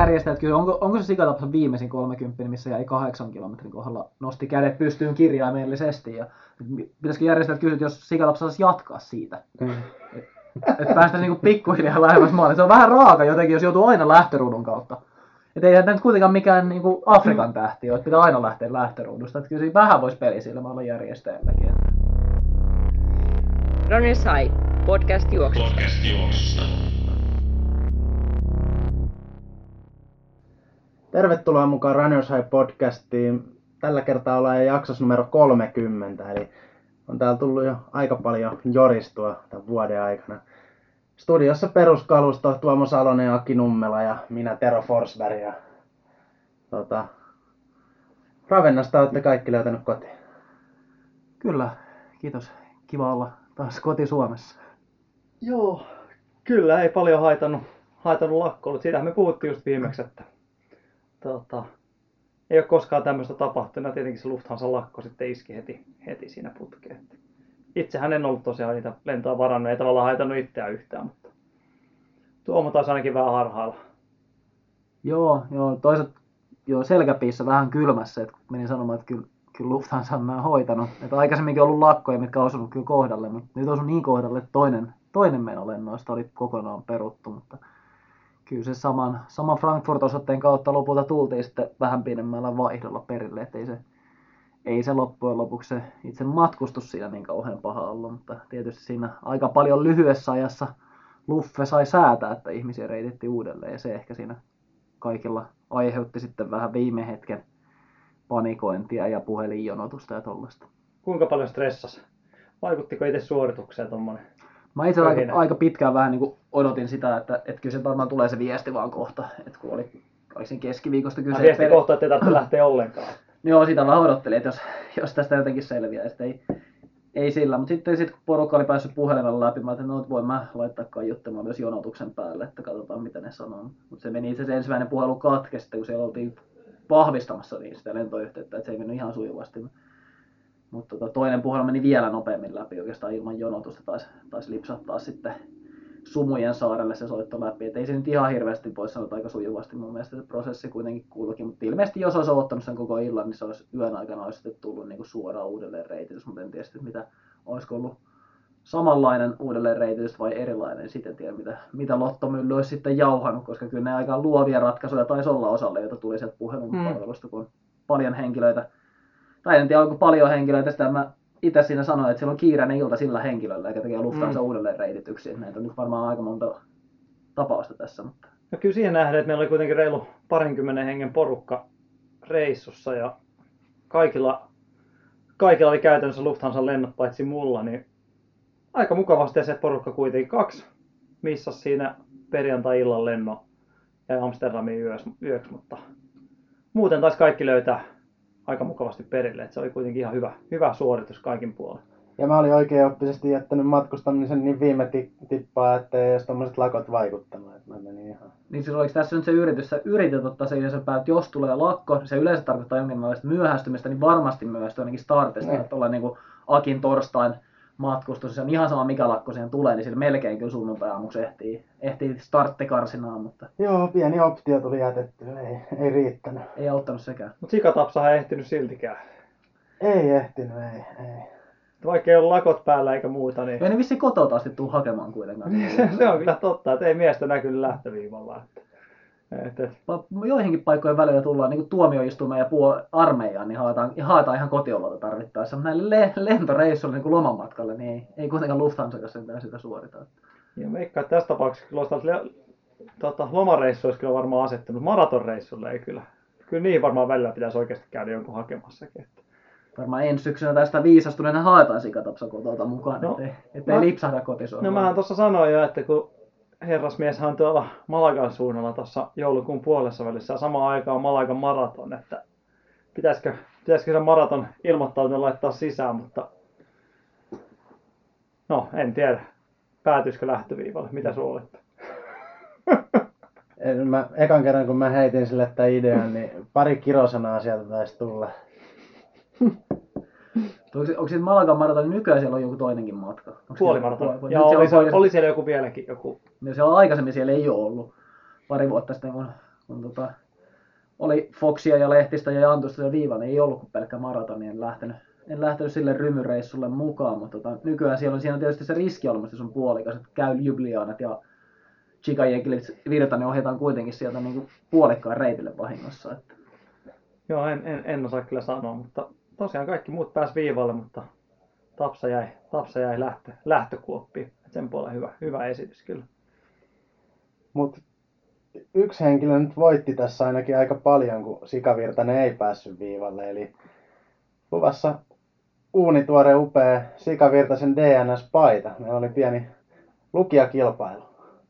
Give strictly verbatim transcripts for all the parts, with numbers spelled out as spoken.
järjestäjät kyllä, onko, onko se Sikatapsan viimeisin kolmekymmentä, missä jäi kahdeksan kilometrin kohdalla, nosti kädet pystyyn kirjaimellisesti. Ja pitäisikö järjestäjät kysyä, että jos Sikatapsa saisi jatkaa siitä. Mm. Että et päästäisiin niinku pikkuhiljaa lähemmäs maaliin. Se on vähän raaka jotenkin, jos joutuu aina lähtöruudun kautta. Että ei tämä nyt kuitenkaan mikään niinku Afrikan tähti ole, että pitää aina lähteä lähtöruudusta. Että kyllä siinä vähän voisi pelisilmä olla järjestäjälläkin. Runners High, podcast juoksusta. Podcast juoksusta. Tervetuloa mukaan Runners High podcastiin. Tällä kertaa ollaan jaksossa numero kolmekymmentä, eli on täällä tullut jo aika paljon joristua tämän vuoden aikana. Studiossa peruskalusto Tuomo Salonen ja Aki Nummela ja minä Tero Forsberg. Ja, tota, Ravennasta olette kaikki löytänyt kotiin. Kyllä, kiitos. Kiva olla taas koti Suomessa. Joo, kyllä ei paljon haitannut, haitannut lakkoilut. Siitähän me puhuttiin just viimeksi, että tota, ei ole koskaan tämmöistä tapahtunut. Tietenkin se Lufthansa-lakko sitten iski heti, heti siinä putkeen. Itsehän en ollut tosiaan niitä lentoa varannut, ei tavallaan haitannut itseään yhtään, mutta Tuomo taisi ainakin vähän harhailla. Joo, joo toisaalta joo, selkäpiissä vähän kylmässä, että menin sanomaan, että kyllä, kyllä Lufthansa on nämä hoitanut. Että aikaisemminkin on ollut lakkoja, mitkä on osunut kyllä kohdalle, mutta nyt osui niin kohdalle, että toinen, toinen menolennoista oli kokonaan peruttu, mutta kyllä se saman, saman Frankfurt-osoitteen kautta lopulta tultiin sitten vähän pienemmällä vaihdolla perille, että ei se, ei se loppujen lopuksi se itse matkustus siinä niin kauhean paha ollut, mutta tietysti siinä aika paljon lyhyessä ajassa Luffe sai säätää, että ihmisiä reititti uudelleen ja se ehkä siinä kaikilla aiheutti sitten vähän viime hetken panikointia ja puhelinjonotusta ja tollaista. Kuinka paljon stressasi? Vaikuttiko itse suoritukseen tommonen? Mä itse aika, aika pitkään vähän niin kuin odotin sitä, että, että kyllä se varmaan tulee se viesti vaan kohta, että kun oli, oli siinä keskiviikosta kyse. Viesti per... kohta, että ei tarvitse lähteä ollenkaan. Joo, sitä vähän odottelin, että jos, jos tästä jotenkin selviää, että ei, ei sillä. Mutta sitten sit, kun porukka oli päässyt puhelimella läpi, mä ajattelin, että no, voin mä laittaa kaiuttamaan myös jonotuksen päälle, että katsotaan mitä ne sanoo. Mutta se meni itse asiassa ensimmäinen puhelu katkesi, kun siellä oltiin vahvistamassa niin sitä lentoyhteyttä, että se ei mennyt ihan sujuvasti. Mutta tota, toinen puhelu meni vielä nopeammin läpi, oikeastaan ilman jonotusta taisi, taisi lipsattaa sitten Sumujen saarelle se soitto läpi. Et ei se nyt ihan hirveästi voi sanoa aika sujuvasti, mun mielestä se prosessi kuitenkin kulki. Mutta ilmeisesti jos olisi ottanut sen koko illan, niin se olisi yön aikana olisi sitten tullut niinku suoraan uudelleen reititys. Mutta en tiedä mitä, olisiko ollut samanlainen uudelleen reititys vai erilainen. Sitten en tiedä mitä, mitä Lottomylly olisi sitten jauhannut, koska kyllä ne aika luovia ratkaisuja taisi olla osalle, joita tuli sieltä puhelinpalvelusta, kun on paljon henkilöitä. Tai en tiedä, onko paljon henkilöitä, sitä mä itse siinä sanoin, että siellä on kiireinen ilta sillä henkilöllä, eikä tekee Lufthansa mm. uudelleen reitityksiä. Näitä on nyt varmaan aika monta tapausta tässä. Mutta... No kyllä siihen nähdään, että meillä oli kuitenkin reilu parinkymmenen hengen porukka reissussa ja kaikilla, kaikilla oli käytännössä Lufthansa lennot paitsi mulla, niin aika mukavasti se porukka kuitenkin kaksi missasi siinä perjantai-illan lennon ja Amsterdamiin yöksi, yöksi, mutta muuten taisi kaikki löytää aika mukavasti perille, että se oli kuitenkin ihan hyvä, hyvä suoritus kaikin puolin. Ja mä olin oikeaoppisesti jättänyt matkustamisen niin viime tippaa, että ei edes tommoset lakot vaikuttanut, että mä menin ihan... Niin siis oliko tässä nyt se yritys, sä yritit ottaa sen ja sä päät, jos tulee lakko, se yleensä tarkoittaa jonkinlaista myöhästymistä, niin varmasti myöhästyy ainakin startista, että ollaan niin kuin Akin torstain matkustus, se on ihan sama mikä lakko siihen tulee, niin sillä melkein kyllä sunnuntai-aamuksi ehtii, ehtii starttikarsinaan, mutta... Joo, pieni optio tuli jätetty, ei, ei riittänyt. Ei auttanut sekään. Mutta Sikatapsahan ei ehtinyt siltikään. Ei ehtinyt, ei, ei. Vaikka ei ole lakot päällä eikä muuta, niin... Ei ne vissiin kotota asti tuu hakemaan kuitenkaan. se, se on kyllä totta, että ei miestä näkynyt lähtöviivalla. Et, et. Joihinkin paikkojen välillä tullaan niin tuomioistuimeen ja puol- armeijaan, niin haetaan, haetaan ihan kotioloita tarvittaessa. Mutta näille le- lentoreissuille niin lomamatkalle, niin ei, ei kuitenkaan Lufthansa kanssa sitä suorita. Ja veikkaan, että tässä tapauksessa kyllä le- tota, lomareissu olisi kyllä varmaan asettunut. Maratonreissulle ei kyllä. Kyllä niihin varmaan välillä pitäisi oikeasti käydä jonkun hakemassakin. Että. Varmaan ensi syksynä tästä viisastuneena haetaan Sikatapsan kotolta mukaan, no, ettei, ettei no, lipsahda kotisohvaan. No mähän tuossa sanoin jo, että kun herrasmieshän on tuolla Malagan suunnalla tuossa joulukuun puolessa välissä ja samaan aikaan on Malagan maraton, että pitäisikö, pitäisikö se maraton ilmoittautunut laittaa sisään, mutta no en tiedä, päätyisikö lähtöviivalle, mitä suolitte? Mä, ekan kerran kun mä heitin sille tämän idean, niin pari kirosanaa sieltä taisi tulla. Onko, onko sitten Malagan maraton, niin nykyään siellä on joku toinenkin matka? Puolimaraton. Ja oli, siellä oli, oli siellä joku vieläkin joku. No siellä aikaisemmin siellä ei ole ollut. Pari vuotta sitten, kun kun tota, oli Foxia ja Lehtistä ja Jantusta ja Viivan, ei ollut kuin pelkkä maratoni, en lähtenyt, en lähtenyt sille rymyreissulle mukaan, mutta tota, nykyään siellä on, siinä on tietysti se riski olemassa, jos on puolikas, että käy Ljubljanat ja Chicajenkilit Virta, niin ohjataan kuitenkin sieltä niin kuin puolikkaan reitille vahingossa. Että. Joo, en, en, en osaa kyllä sanoa, mutta tosiaan kaikki muut pääsi viivalle, mutta Tapsa jäi, Tapsa jäi lähtö, lähtökuoppiin. Sen puolella hyvä, hyvä esitys kyllä. Mut yksi henkilö nyt voitti tässä ainakin aika paljon, kun Sika Virtanen ei päässyt viivalle. Eli luvassa uunituore upea Sika Virtasen D N S-paita. Meillä oli pieni lukijakilpailu.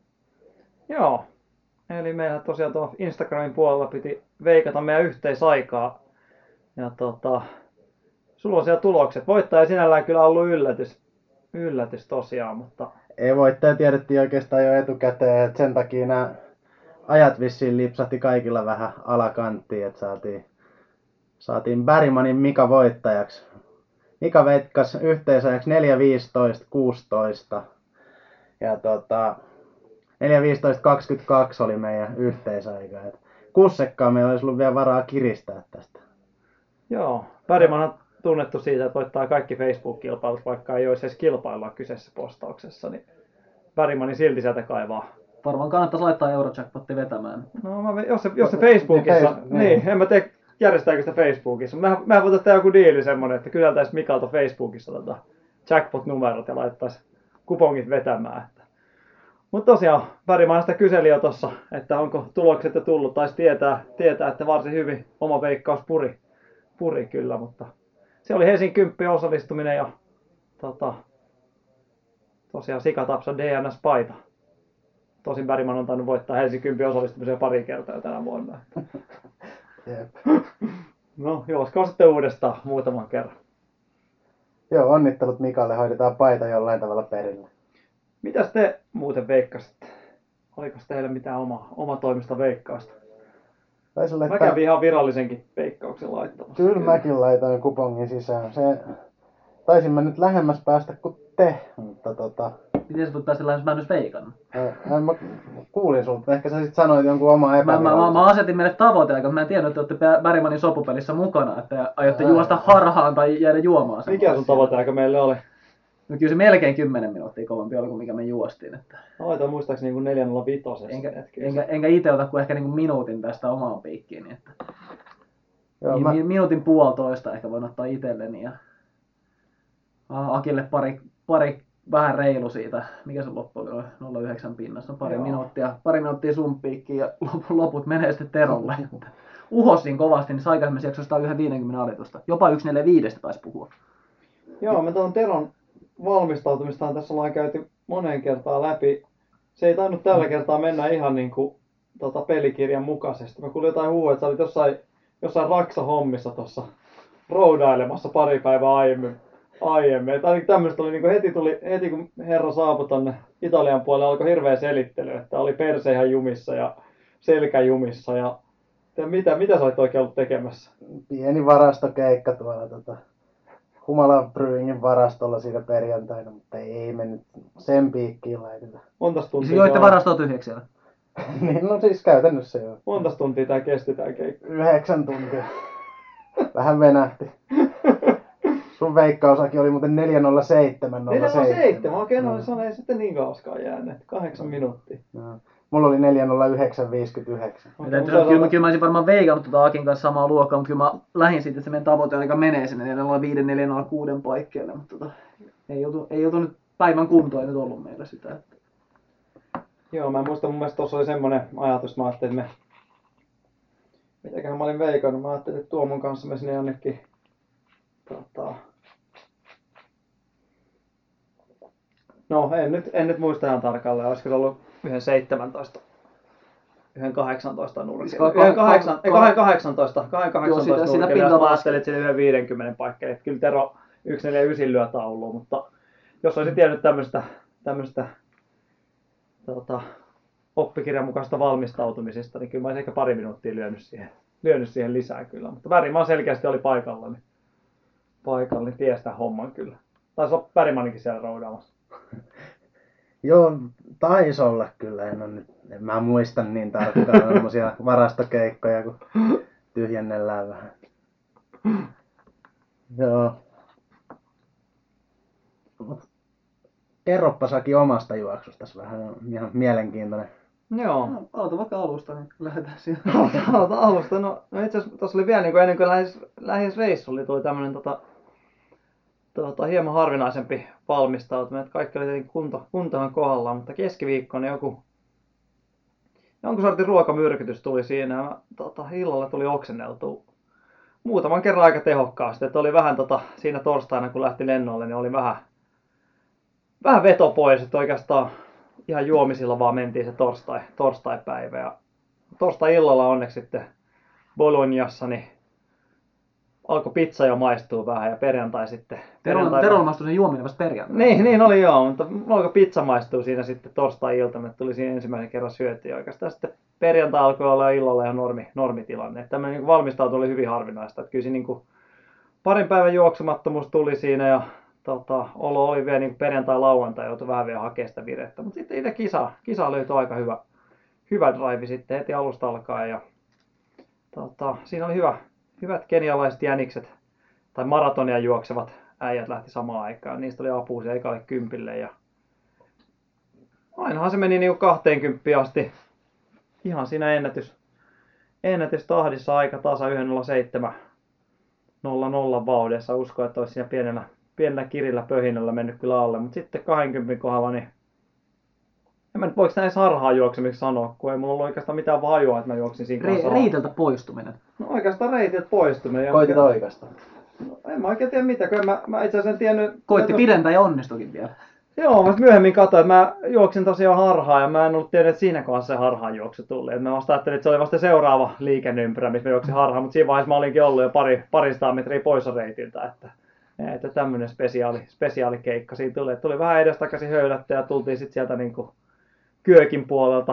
Joo, eli meillä tosiaan tuolla Instagramin puolella piti veikata meidän yhteisaikaa. Ja tota, sulla on siellä tulokset. Voittaja sinällään kyllä ollut yllätys, yllätys tosiaan, mutta... Ei voittaja tiedettiin oikeastaan jo etukäteen, että sen takia nämä ajat vissiin lipsahti kaikilla vähän alakanttiin, että saatiin, saatiin Bergmanin Mika voittajaksi. Mika veikkasi yhteisajaksi neljä viisitoista kuusitoista ja tota, neljä viisitoista kaksikymmentäkaksi oli meidän yhteisaika. Et kussekkaan meillä olisi ollut vielä varaa kiristää tästä. Joo, Bergman on tunnettu siitä, että voittaa kaikki Facebook-kilpailut, vaikka ei olisi edes kilpailua kyseessä postauksessa, niin Bergmanin silti sieltä kaivaa. Varmaan kannattaisi laittaa Eurojackpotti vetämään. No, mä, jos, se, jos se Facebookissa, niin, niin, en mä tiedä järjestääkö sitä Facebookissa. Mehän, mehän voitaisiin tehdä joku diili semmonen, että kyseltäisiin Mikalta Facebookissa tota jackpot-numerot ja laittaisiin kupongit vetämään. Mutta tosiaan, Bergman sitä kyseli jo tossa, että onko tulokset jo tullut, taisi tietää, tietää, että varsin hyvin oma veikkaus puri, puri kyllä, mutta se oli Helsingin kymppi osallistuminen ja tota, tosiaan Sika Tapsa D N S-paita. Tosin Bergman on tainnut voittaa Helsingin kymppi osallistumisen pari kertaa jo tänä vuonna. Jep. No, juosko sitten uudestaan muutaman kerran. Joo, onnittelut Mikalle, hoidetaan paita jollain tavalla perille. Mitäs te muuten veikkasitte? Oliko teillä mitään oma, oma toimista veikkausta? Taisi olla, Mä että... kävin ihan virallisenkin veikkauksen laittamassa. Kyllä mäkin laitoin kupongin sisään. Se... Taisin mä nyt lähemmäs päästä kuin te, mutta tota... Miten sä tulet päästä lähes? Mä en edes veikannut. Mä, mä kuulin sulta, ehkä sä sit sanoit jonkun oman Mä, mä, epävirallisen. mä, mä asetin meille tavoiteaika, mä en tiennyt, että olette Bergmanin sopupelissä mukana, että aiotte Ää. juosta harhaan tai jäädä juomaan sen. Mikä sun tavoiteaika meille oli? No kyllä se melkein kymmenen minuuttia kovempi oli kuin mikä me juostiin. Että... Mä laitoin muistaakseni niin neljä nolla viisi. Enkä, enkä, enkä itse ota kuin ehkä niin kuin minuutin tästä omaan piikkiin. Niin että... Joo, niin, mä... Minuutin puolitoista ehkä voin ottaa itselleni. Ja... Akille pari, pari vähän reilu siitä, mikä se loppu oli, nolla pilkku yhdeksän pinnassa, no pari Joo. minuuttia, pari minuuttia sun piikkiin ja loput menee sitten Terolle. Uhosin kovasti, niin sai me jaksosta yhden viidenkymmenen alitusta. Jopa yksi neljä viisi taisi puhua. Joo, me tuon Teron valmistautumistaan tässä ollaan käyty moneen kertaan läpi. Se ei tainnut tällä kertaa mennä ihan niin kuin tota, pelikirjan mukaisesti. Mä kuulin jotain huuaa, että sä olit jossain, jossain Raksa-hommissa tuossa roudailemassa pari päivää aiemmin. aiemmin. Että ainakin tämmöistä oli, niin kuin heti, tuli, heti kun herra saapui tonne Italian puolelle, alkoi hirveä selittely, että oli perse ihan jumissa ja selkä jumissa. Ja mitä, mitä sä olit oikein ollut tekemässä? Pieni varastokeikka tuolla tota, Humala Brewingin varastolla siinä perjantaina, mutta ei mennyt sen piikkiin laiteta. Montas tuntia? Siis joitte varastoa tyhjäksi siellä? Niin, no siis käytännössä joo. Montas tuntia tää kesti tää keikka? Yhdeksän tuntia. Vähän venähti. Sun veikkausakin oli muuten neljä nolla seitsemän nolla neljä nolla seitsemän. seitsemän, okei, no se ei sitten niin kauaskaan jäänyt. Kahdeksan minuuttia. No. Mulla oli neljä nolla yhdeksän viisikymmentäyhdeksän. Ja täytyy sanoa, kyllä, mä- kyllä mä olisin varmaan veikannut tuota Akin kanssa samaa luokkaa, mutta kyllä mä lähdin siitä, että se meidän tavoite aika menee sinne neljä nolla viisi neljä nolla kuusi paikkeelle, mutta tota, ei oltu, ei oltu nyt päivän kuntoa, ei nyt ollut meillä sitä. Että... Joo, mä muistan, mun mielestä tuossa oli semmonen ajatus, mä ajattelin, että me... Mitäköhän mä olin veikannut, mä ajattelin, että Tuomon kanssa me sinne jonnekin... Tota... No, en nyt, en nyt muista ihan tarkalleen, olisiko se ollut yhden seitsemäntoista, yhden kahdeksantoista nurkilla. Ka- Yhden kahdeksan, ka- ei kahden kahdeksantoista, kahden kahdeksantoista Joo, sitä- sitä nurkilla, ja pinta mä laski. ajattelin, että siinä yhden viidenkymmenen paikkeille, että kyllä Tero yksi neljä yhdeksän lyö tauluun, mutta jos olisin tiennyt tämmöistä, tämmöistä tota, oppikirjan mukaista valmistautumisesta, niin kyllä mä olisin ehkä pari minuuttia lyönyt siihen, lyönyt siihen lisää kyllä, mutta Bergman selkeästi oli paikalla, niin paikalla, niin tiesi tämän homman kyllä. Taisi olla Bergmaninkin siellä roudaamassa. Joo, taisi olla kyllä. En, ole nyt, en mä muista niin tarkkaan semmosia varastokeikkoja, kun tyhjennellään vähän. Joo. Mut kerroppa Saki omasta juoksustas vähän, ihan mielenkiintoinen. Joo. No, aloita vaikka alusta, niin lähdetään siihen. Aloita alusta. No, no itse asiassa tuossa oli vielä niin kuin ennen kuin lähes, lähes reissulle, tuli tämmönen tota, tota, hieman harvinaisempi valmistautuminen. Että kaikki oli tietenkin kunto, kuntohan kohdallaan, mutta keskiviikkona joku jonkun sortin ruokamyrkytys tuli siinä. Ja mä, tota, illalla tuli oksenneltua muutaman kerran aika tehokkaasti. Että oli vähän tota, siinä torstaina kun lähti lennolle, niin oli vähän, vähän veto pois. Että oikeastaan ihan juomisilla vaan mentiin se torstai, torstai-päivä. Ja torstai-illalla onneksi sitten Bolognassa niin alkoi pizza jo maistua vähän ja perjantai sitten... Terolla Terolla maistui sen juominen vasta perjantai. Niin, niin oli joo, mutta alkoi pizza maistua siinä sitten torstai-iltana, että tuli siinä ensimmäisen kerran syötiin oikeastaan. Sitten perjantai alkoi olla illalla ihan normi, normitilanne. Että tämmöinen niin valmistautu oli hyvin harvinaista. Että kyllä siinä niin kuin parin päivän juoksumattomuus tuli siinä ja tota, olo oli vielä niin perjantai-lauantai, joutui vähän vielä hakemaan sitä virettä. Mutta sitten itse kisa, kisa löytyi aika hyvä, hyvä drive sitten heti alusta alkaen. Ja, tota, siinä oli hyvä, hyvät kenialaiset jänikset tai maratonia juoksevat äijät lähti samaan aikaan. Niistä oli apua se ekalle kympille. Ja ainahan se meni niin kaksikymmentä asti. Ihan siinä ennätys, ennätystahdissa aika tasa yksi nolla seitsemän nolla nolla vauhdissa. Uskon, että olisi siinä pienellä, pienellä kirillä pöhinällä mennyt kyllä alle. Mutta sitten kaksikymmentä kohdalla, niin en mä nyt voiko näissä harhaan juoksemiksi sanoa, kun ei mulla ollut oikeastaan mitään vajua, että mä juoksin siinä kanssa. Re- reiteltä poistuminen. No oikeastaan reitiltä poistuminen. Koitit oikeastaan. No, en mä oikein tiedä mitä, kun mä, mä itse asiassa en tiennyt... Koitti pidentää ja onnistukin vielä. Joo, mä myöhemmin katsoin, että mä juoksin tosiaan harhaan ja mä en ollut tiennyt, että siinä kohdassa se harhaan juoksu tuli. Et mä vasta ajattelin, että se oli vasta seuraava liikenneympyrä, missä mä juoksin harhaan, mutta siinä vaiheessa mä olinkin ollut jo pari, paristaan metriä poissa reitiltä. Että, että tämmönen spesiaali, spesiaalikeikka siinä tuli. Et tuli vähän edestakaisin höylättä ja tultiin sitten sieltä niinku kyökin puolelta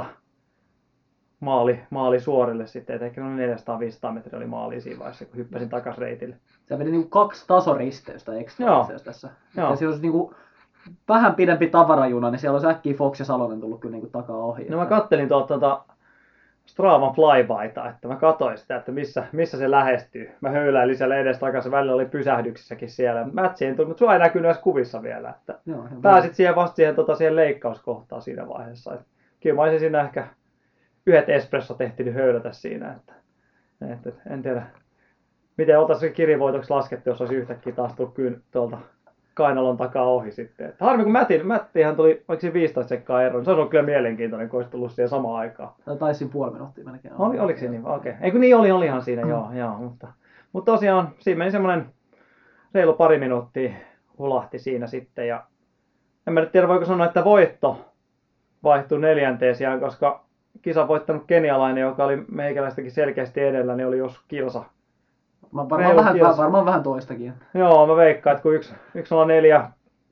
maali, maali suorille sitten. Et ehkä noin neljäsataa viisisataa metriä oli maali siinä vaiheessa, kun hyppäsin takas reitille. Se meni niinku kaksi tasoristeystä ekstra Joo. tässä. Joo. Ja se olisi niinku vähän pidempi tavarajuna, niin siellä olisi äkkiä Fox ja Salonen tullut kyllä niinku takaa ohi. No mä kattelin tuolta tuota Stravan flybyta, että mä katsoin sitä, että missä, missä se lähestyy. Mä höyläilin siellä edestakaisin, välillä oli pysähdyksissäkin siellä. Mätsiin tuli, mutta sua ei näkynyt edes kuvissa vielä. Että Joo, pääsit siihen vasta siihen, tota, siihen leikkauskohtaan siinä vaiheessa. Et kyllä mä olisin siinä ehkä yhdet espresso tehtiin höylätä siinä. Että, et, et, en tiedä, miten oltaisiin kirivoitoksi laskettu, jos olisi yhtäkkiä taas tullut kyyn tuolta kainalon takaa ohi sitten. Että harmi kun Mätin, Mättihän tuli, oliko siinä viisitoista sekkaa ero, niin se olisi ollut kyllä mielenkiintoinen, kun olisi tullut siihen samaan aikaan. Taisin puoli minuuttia melkein. Oli, oliko se niin? Okei. Okay. Eikö niin oli, olihan siinä, mm. joo, joo. Mutta, mutta tosiaan siinä meni semmoinen reilu pari minuuttia hulahti siinä sitten. Ja en mä nyt tiedä, voiko sanoa, että voitto vaihtui neljänteen sijaan, koska kisa voittanut kenialainen, joka oli meikäläistäkin selkeästi edellä, niin oli jos kilsa. Mä varmaan, vähän, kilsa. varmaan vähän toistakin. Joo, mä veikkaan, että kun yksi nolla neljä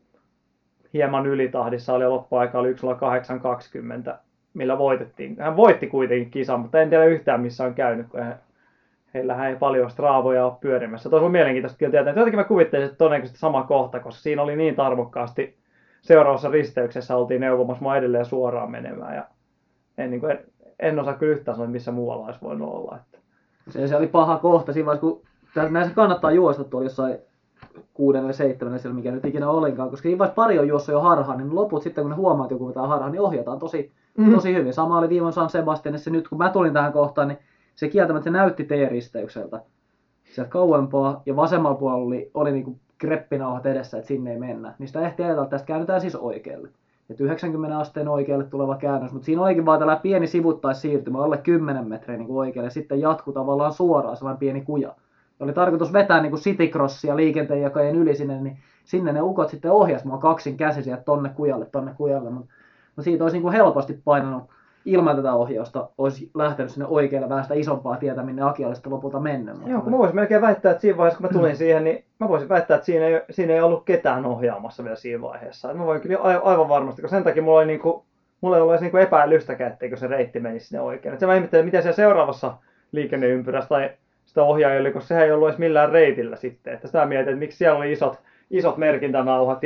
hieman ylitahdissa oli loppuaika, oli yksi nolla kahdeksan kaksikymmentä, millä voitettiin. Hän voitti kuitenkin kisan, mutta en tiedä yhtään missä on käynyt, kun he, heillähän ei paljon straavoja ole pyörimässä. Tuossa on mielenkiintoista kyllä tietää. Jotenkin mä kuvittelisin, että todennäköisesti sama kohta, koska siinä oli niin tarmokkaasti seuraavassa risteyksessä oltiin neuvomassa mua edelleen suoraan menemään. Ja en, niin kuin, en, en osaa kyllä yhtään sanoa, missä muualla olisi voinut olla. Että. Se, se oli paha kohta siinä vaiheessa, kun näissä kannattaa juosta tuolla jossain kuudennelle, seitsemännelle siellä, mikä nyt ikinä olinkaan, koska siinä vaiheessa pari on juossut jo harhaan, niin loput sitten kun ne huomaa, että joku vetää harhaan, niin ohjataan tosi, mm-hmm. tosi hyvin. Sama oli viime San Sebastianissa, nyt kun mä tulin tähän kohtaan, niin se kieltämättä se näytti T-risteykseltä sieltä kauempaa, ja vasemmalla puolella oli, oli niinku greppinauhat edessä, että sinne ei mennä. Niin sitä ehti ajatella, että tästä käännytään siis oikealle. Että yhdeksänkymmentä asteen oikealle tuleva käännös, mutta siinä olikin vaan tällainen pieni sivuttaissiirtymä, alle kymmenen metriä niin oikealle, ja sitten jatku tavallaan suoraan, sellainen pieni kuja. Oli tarkoitus vetää niin kuin citycrossia liikenteenjakojen yli sinne, niin sinne ne ukot sitten ohjas mua kaksin käsi sieltä tonne kujalle, tonne kujalle. Mutta mut siitä olisi niin kuin helposti painanut ilman tätä ohjausta, olisi lähtenyt sinne oikealle vähän sitä isompaa tietä, minne Aki oli sitten lopulta mennyt. Joo, kun mä voisin melkein väittää, että siinä vaiheessa kun mä tulin siihen, niin mä voisin väittää, että siinä ei, siinä ei ollut ketään ohjaamassa vielä siinä vaiheessa. Mä voin kyllä aivan varmasti, koska sen takia mulla oli niinku, mulla ei ollut edes niinku epäilystäkään, etteikö se reitti menisi sinne oikein. Et se mä ihmettelen, miten siellä seuraavassa liikenneympyrässä tai sitä ohjaajille, koska sehän ei ollut edes millään reitillä sitten. Että sitä mietin, että miksi siellä oli isot, isot merkintänauhat ja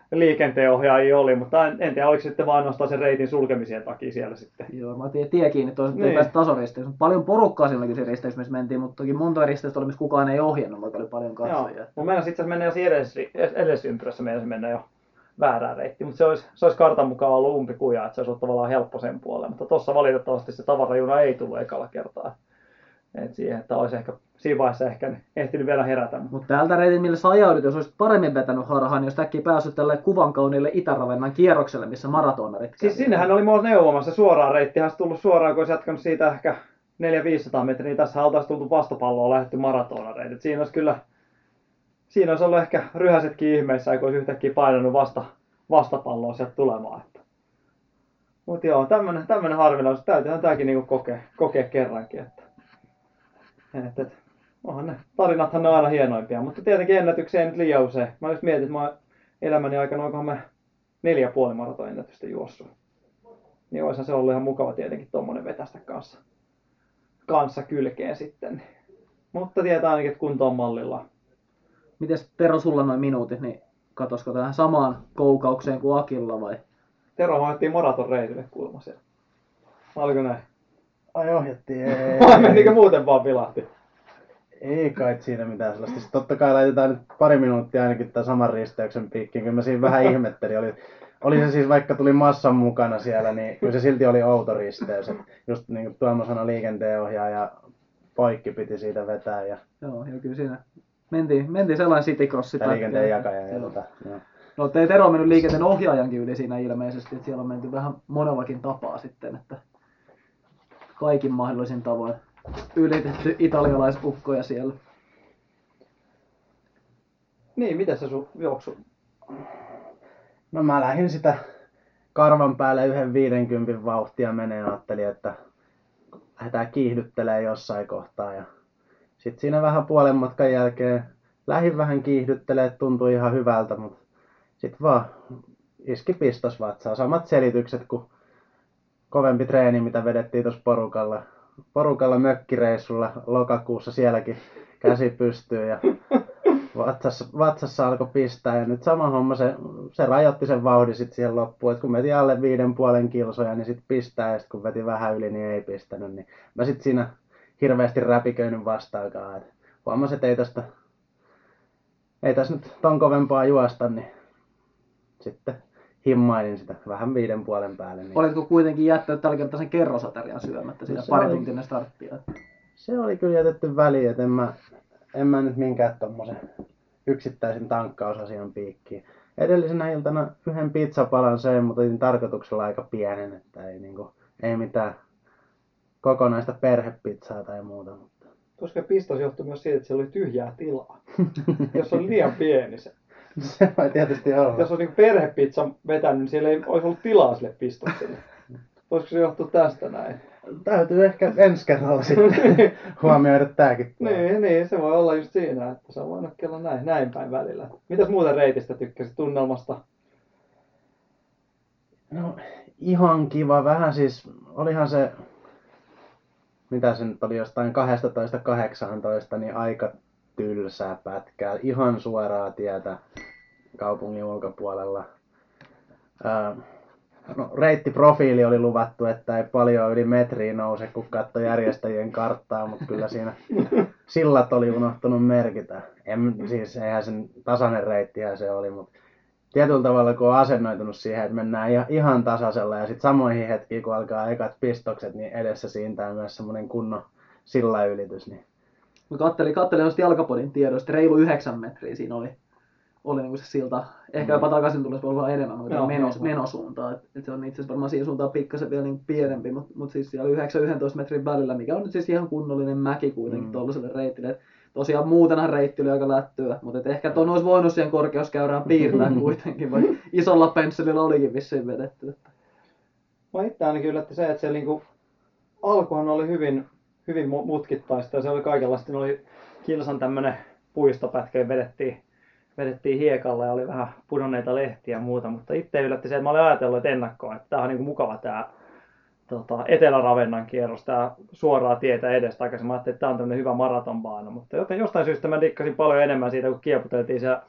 liikenteenohjaajia oli, mutta en, en tiedä, oliko sitten vaan ainoastaan sen reitin sulkemisien takia siellä sitten. Joo, mä tie, tie kiinni toiset, Niin. ei päästä tasoristeykseen. Paljon porukkaa silloinkin siinä risteyksessä, missä mentiin, mutta toki monta risteystä oli, missä kukaan ei ohjannut, vaikka oli paljon Joo, katsojia. mun mennä itse asiassa mennä jo siinä edes, edesympyrässä meidän mennä jo väärään reittiin, mutta se olisi, se olisi kartan mukaan ollut umpikuja, että se olisi ollut tavallaan helppo sen puolelle, mutta tuossa valitettavasti se tavarajuna ei tullut ekalla kertaa. Et siihen, että olisi ehkä, siinä vaiheessa ehkä ehtinyt vielä herätä. Mutta tältä reitin, millä sä ajaudut, jos olisit paremmin vetänyt harhaan, niin jos äkkiä päässyt tälle kuvan kauniille Itäravennan kierrokselle, missä maratonarit Siis sinnehän oli mua neuvomassa suoraan reittihän, tullut suoraan, kun olisi jatkanut siitä ehkä neljäsataa viisisataa metriä, niin tässä oltaisiin tultu vastapalloon lähdetty maratonareitit. Siinä olisi kyllä, siinä olisi ollut ehkä ryhäisetkin ihmeissä, kun olisi yhtäkkiä painanut vasta, vastapalloa sieltä tulemaan. Mutta joo, tämmönen, tämmönen harvinaisuus, täytyyhän tääkin niinku kokea, kokea kerrankin. Että, et, et, onhan ne, tarinathan ne on aina hienoimpia, mutta tietenkin ennätyksiä ei nyt liian usein. Mä just mietin, että mä oon elämäni aikana onkohan mä neljä ja puoli maratonennätystä juossut. Niin olisihan se ollut ihan mukava tietenkin tommonen vetästä kanssa, kanssa kylkeen sitten. Mutta tietää ainakin, että kunto on mallilla. Mites Tero sulla noin minuutit, niin katosko tähän samaan koukaukseen kuin Akilla vai? Tero hoidettiin maraton reitille kuulemma siellä. Oliko näin? Ai ohjattiin, ei. Vai menikö muuten vaan vilahti? Ei kai siinä mitään sellaista. Sitten totta kai laitetaan nyt pari minuuttia ainakin tämän saman risteyksen piikkiin. Kyllä mä siinä vähän ihmettelin. Oli, oli se siis vaikka tuli massan mukana siellä, niin kyllä se silti oli outo risteys. Et just niin kuin Tuomo sanoi, liikenteenohjaaja poikki piti siitä vetää. Ja Joo, ja kyllä siinä mentiin, mentiin sellainen citycrossi. ja liikenteen jakaja ja tota, joo. No ei Tero mennyt liikenteen ohjaajankin yli siinä ilmeisesti, että siellä on menty vähän monellakin tapaa sitten, että kaikin mahdollisin tavoin ylitetty italialaisukkoja siellä. Niin, miten se sun juoksu? No mä lähdin sitä karvan päälle yhden viidenkympin vauhtia menee, ajattelin, että lähdetään kiihdyttelemään jossain kohtaa. Ja sitten siinä vähän puolen matkan jälkeen lähdin vähän kiihdyttelemään, tuntui ihan hyvältä, mutta sitten vaan iski pistos vatsaa. Samat selitykset kuin kovempi treeni, mitä vedettiin tuossa porukalla. Porukalla mökkireissulla lokakuussa sielläkin käsi pystyy ja vatsassa, vatsassa alkoi pistää. Ja nyt sama homma, se, se rajoitti sen vauhdin sitten siihen loppuun. Et kun veti alle viiden puolen kilsoja, niin sitten pistää. Ja sitten kun veti vähän yli, niin ei pistänyt. Niin mä sitten siinä hirveästi räpiköinyt vastaakaan. Et huomasin, että ei tästä, ei tässä nyt ton kovempaa juosta, niin sitten himmailin sitä vähän viiden puolen päälle. Niin Olitko kuitenkin jättänyt tällä kertaa sen kerrosaterian syömättä siinä No se pari oli- tuntinen starttia? se oli kyllä jätetty väliin, että en mä, en mä nyt minkään tommosen yksittäisen tankkausasian piikkiin. Edellisenä iltana yhden pizzapalan söin, mutta otin tarkoituksella aika pienen, että ei, niinku, ei mitään kokonaista perhepizzaa tai muuta. Mutta Koska pistos johtui myös siitä, että siellä oli tyhjää tilaa. Jos on liian pieni se. se voi tietysti olla. Jos on niin perhepizzan vetänyt, niin siellä ei olisi ollut tilaa sille pistokselle. Voisiko se johtua tästä näin? Täytyy ehkä ensi kerralla sitten huomioida tääkin. puoli. Niin, niin, se voi olla just siinä, että se on voinut olla näin, näin päin välillä. Mitäs muuten reitistä tykkäsit tunnelmasta? No ihan kiva, vähän siis, olihan se, mitä se nyt oli, jostain kaksitoista kahdeksantoista, niin aika tylsää pätkää. Ihan suoraa tietä kaupungin ulkopuolella. Ää, no, reittiprofiili oli luvattu, että ei paljon yli metriä nouse, kun katsoi järjestäjien karttaa, mutta kyllä siinä sillat oli unohtunut merkitä. En, siis eihän sen tasainen reittihän se oli, mutta tietyllä tavalla kun on asennoitunut siihen, että mennään ihan- ihan tasaisella ja sitten samoihin hetkiin kun alkaa ekat pistokset, niin edessä siintää myös semmoinen kunnon sillaylitys. Niin Mä kattelin, kattelin noista jalkapodin tiedoista, reilu yhdeksän metriä siinä oli, oli niinku se silta. Ehkä jopa takaisin tulisi voi olla enemmän, mutta Joo, menos, joo. menosuuntaan. Et, et se on itse asiassa varmaan siihen suuntaan pikkasen vielä niinku pienempi, mutta mut siis siellä yhdeksän yksitoista metrin välillä, mikä on nyt siis ihan kunnollinen mäki kuitenkin Mm. tuollaiselle reitille. Et tosiaan muutenhan reitti oli aika lättyä, mutta et ehkä ton olisi voinut siihen korkeuskäyrään piirtää kuitenkin, vaikka isolla pensselillä olikin vissiin vedetty. Että. Mä itse ainakin yllätti se, että se niinku, alkuhan oli hyvin, hyvin mu- mutkittaista ja se oli kaikenlaista. Ne oli kilsan tämmönen puistopätkä ja vedettiin, vedettiin hiekalla ja oli vähän pudonneita lehtiä ja muuta, mutta itse yllätti se, että mä olin ajatellut, että ennakkoon, että tää on niinku mukava tää tota, Etelä-Ravennan kierros, tää suoraa tietä edestä aikaisemmin. Mä ajattelin, että tää on tämmönen hyvä maratonbaana, mutta joten jostain syystä mä dikkasin paljon enemmän siitä, kun kieputeltiin siellä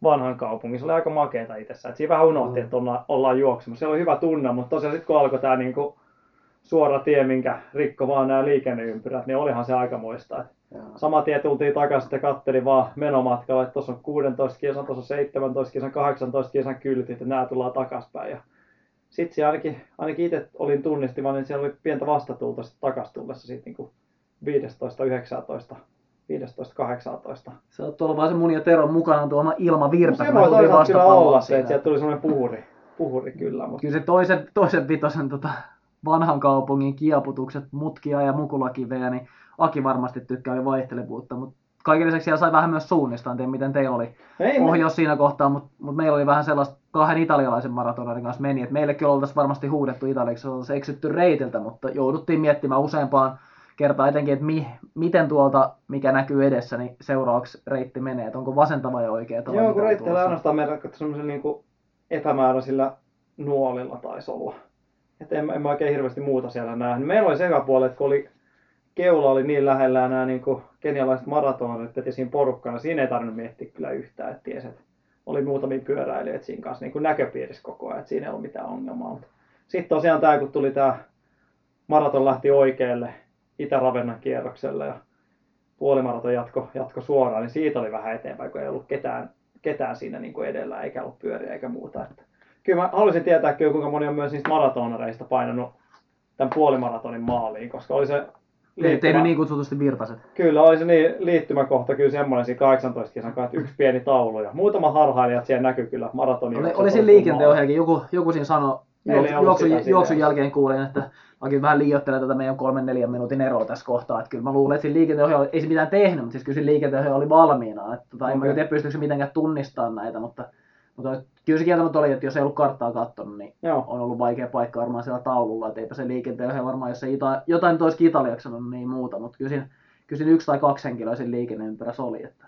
vanhan kaupungin. Se oli aika makeeta itsessään. Et siinä vähän unohti, että olla, ollaan juoksemassa. Siellä oli hyvä tunne, mutta tosiaan sitten kun alkoi tämä niinku suora tie, minkä rikko vaan nämä liikenneympyrät, niin olihan se aikamoista. Et sama tie tultiin takaisin ja kattelin vaan menomatkalla, että tuossa on kuusitoista kilsan, tuossa on seitsemäntoista kilsan, kahdeksantoista kilsan kyltit, että nämä tullaan takaspäin. Sitten siellä ainakin, ainakin itse olin tunnistivan, niin siellä oli pientä vastatulta sitten takas tullessa sitten niinku viisitoista yhdeksäntoista, viisitoista kahdeksantoista. Se on tuolla vaan se mun ja Teron mukana tuoma ilmavirta. No se voi toisaalta kyllä olla se, että sieltä tuli semmoinen puhuri, puhuri kyllä. Mutta... Kyllä se toisen, toisen vitosen tota, vanhan kaupungin kiaputukset, Mutkia ja Mukulakiveä, niin Aki varmasti tykkää vaihtelevuutta, mutta kaiken lisäksi siellä sai vähän myös suunnistaa, en tiedä miten teillä oli Ei, ohjaus me... siinä kohtaa, mutta, mutta meillä oli vähän sellaista kahden italialaisen maratonarin kanssa meni, että meillekin oltaisiin varmasti huudettu italiaksi, oltaisiin eksytty reitiltä, mutta jouduttiin miettimään useampaan kertaan etenkin, että mi, miten tuolta, mikä näkyy edessä, niin seuraavaksi reitti menee, että onko vasenta vai oikea. Joo, kun reitteillä ainoastaan merkattu semmoisen niin kuin epämääräisillä nuolilla taisi olla. Että en, en mä oikein hirveästi muuta siellä nähnyt. Meillä oli se puolella, että kun oli, keula oli niin lähellä ja nämä niin kuin kenialaiset maratonarit veti siinä porukkana, siinä ei tarvinnut miettiä kyllä yhtään, että tiesi, että oli muutamia pyöräilijöitä siinä kanssa niin kuin näköpiirissä koko ajan, että siinä ei ollut mitään ongelmaa. Sitten tosiaan tämä, kun tuli tämä maraton lähti oikealle Itä-Ravennan kierrokselle ja puolimaraton jatko, jatko suoraan, niin siitä oli vähän eteenpäin, kun ei ollut ketään, ketään siinä niin kuin edellä, eikä ollut pyöriä eikä muuta. Että kyllä mä haluaisin tietää, kyllä, kuinka moni on myös niistä maratonareista painanut tämän puolimaratonin maaliin, koska oli se liittymä... Teidän niin kutsutusti virtaset. Kyllä, oli se niin liittymäkohta kyllä semmoinen siinä kahdeksantoista kisan kanssa, että yksi pieni taulu ja muutama harhailijat siellä näkyy kyllä maratonin. Oli, oli siinä liikenteenohjaakin, joku, joku siinä sanoi, juoksun, juoksun jälkeen kuulin, että Aki vähän liioittelee tätä meidän kolmen neljän minuutin eroa tässä kohtaa. Että kyllä mä luulen, että siinä liikenteenohjaaja ei se mitään tehnyt, mutta siis kyllä siinä liikenteenohjaaja oli valmiina. Että, tota, okay. En mä tiedä, pystyykö se mitenkään tunnistamaan näitä, mutta, mutta kyllä se kieltämättä oli, että jos ei ollut karttaa katsonut, niin Joo. on ollut vaikea paikka varmaan siellä taululla. Että eipä se liikenteenohjaaja varmaan, jos se ita, jotain toisikin italiaksi sanonut, niin muuta. Mutta kyllä siinä, kyllä siinä yksi tai kaksi henkilöä siinä liikenneympyrässä oli. Että,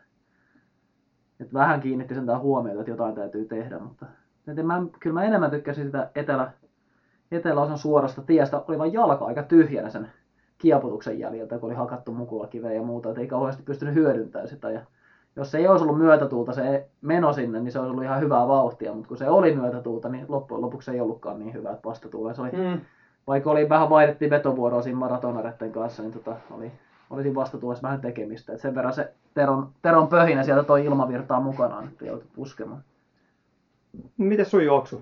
että vähän kiinnitti sen tämän huomiota, että jotain täytyy tehdä. Mutta että mä, kyllä mä enemmän tykkäsin sitä etelä... eteläosan suorasta tiestä, oli vain jalka aika tyhjänä sen kiaputuksen jäljiltä, kun oli hakattu Mukulakiveä ja muuta, että ei kauheasti pystynyt hyödyntämään sitä. Ja jos se ei olisi ollut myötätuulta se meno sinne, niin se olisi ollut ihan hyvää vauhtia, mutta kun se oli myötätuulta, niin loppujen lopuksi ei ollutkaan niin hyvä, että vastatuuleen se oli, mm. vaikka oli vähän vaihdettiin vetovuoroa siinä maratonareiden kanssa, niin tota, oli, oli siinä vastatuulessa vähän tekemistä. Et sen verran se Teron, Teron pöhinä sieltä toi ilmavirtaa mukanaan, että joutui puskemaan. Miten sun juoksu?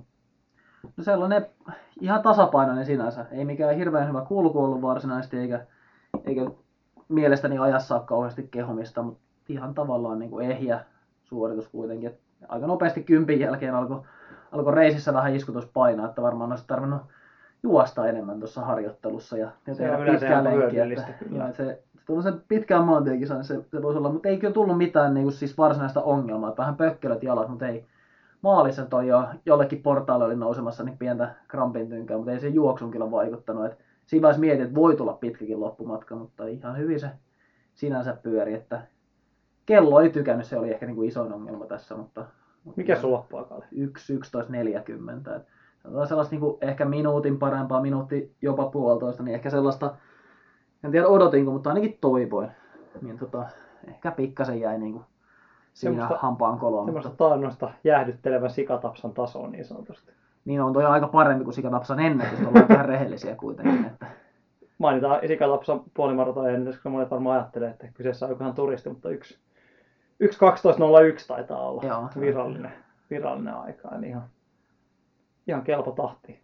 No sellainen ihan tasapainoinen sinänsä. Ei mikään hirveän hyvä kulku ollut varsinaisesti, eikä, eikä mielestäni ajassa ole kauheasti kehomista, mutta ihan tavallaan niin kuin ehjä suoritus kuitenkin. Et aika nopeasti kympin jälkeen alkoi alko reisissä vähän iskutus painaa, että varmaan olisi tarvinnut juosta enemmän tuossa harjoittelussa ja tehdä pitkää lenkkiä. Että, ja se, se pitkään maantiekisan se, se voisi olla, mutta ei kyllä tullut mitään niin kuin siis varsinaista ongelmaa. Että vähän pökkelöt jalat, mutta ei. Maalissa toi jo jollekin portaalle oli nousemassa niin pientä krampin tynkää, mutta ei se juoksun kyllä vaikuttanut. Et siinä vaiheessa mietin, että voi tulla pitkäkin loppumatka, mutta ihan hyvin se sinänsä pyöri. Että kello ei tykännyt, se oli ehkä niin kuin isoin ongelma tässä. Mutta, mikä sun loppuaika oli? yksi yksitoista neljäkymmentä. Sellaista niin kuin ehkä minuutin parempaa, minuutti jopa puolitoista, niin ehkä sellaista, en tiedä odotinko, mutta ainakin toivoin. Niin tota, ehkä pikkasen jäi niin kuin siinä hampaan koloon. Semmoista taannoista jäähdyttelevän sikatapsan tasoa niin sanotusti. Niin on toi aika parempi kuin sikatapsan ennätys, ollaan vähän rehellisiä kuitenkin. Että... Mainitaan sikatapsan puolimaraton ennätys, koska monet varmaan ajattelee, että kyseessä on jokohan turisti, mutta yksi, yksi kaksitoista nolla yksi taitaa olla Joo, virallinen, virallinen aika. Eli ihan, ihan kelpo tahti.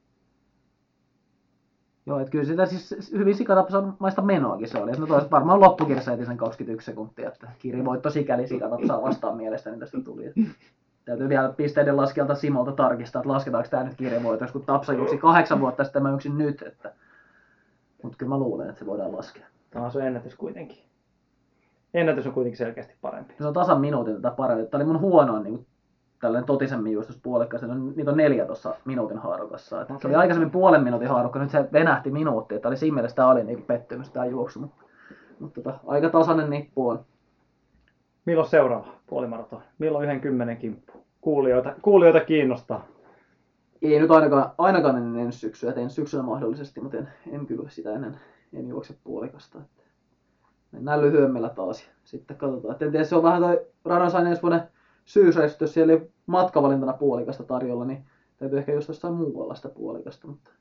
Joo, että kyllä sitä siis hyvin sikatapsan maista menoakin se oli. No toiset varmaan loppukirjassa heti sen kaksikymmentäyksi sekuntia, että kirivoitto sikäli sikatapsaa vastaan mielestäni tästä tuli. Että täytyy vielä pisteiden laskijalta Simolta tarkistaa, että lasketaanko tämä nyt kirivoitoksi, kun Tapsa juoksi kahdeksan vuotta sitten mä yksin nyt. Että... Mutta kyllä mä luulen, että se voidaan laskea. Tämä on se ennätys kuitenkin. Ennätys on kuitenkin selkeästi parempi. Se on tasan minuutin tätä parempi. Tämä oli mun huonoin niin tällainen totisemmin juostuspuolikkaasti. Niitä on neljä tuossa minuutin haarukassa. Okay. Se oli aikaisemmin puolen minuutin haarukka, nyt se venähti minuutti. Tämä oli siinä mielessä tämä oli niin pettymys tämä juoksu. Mutta, mutta tota, aika tasainen nippu on. Milloin seuraava puolimaraton? Milloin yhden kymmenen kimppu? Kuulijoita, kuulijoita kiinnostaa. Ei nyt ainakaan, ainakaan ennen ensi syksyä. Et ensi syksyllä mahdollisesti, mutta en, en kyllä sitä ennen en juokse puolikasta. Mennään lyhyemmillä taas. Sitten katsotaan. Et en tiedä, se on vähän toi Ranos aina ensi vuoden syysreissut, jos siellä ei matkavalintana puolikasta tarjolla, niin täytyy ehkä just jostain muualla sitä puolikasta. Mutta,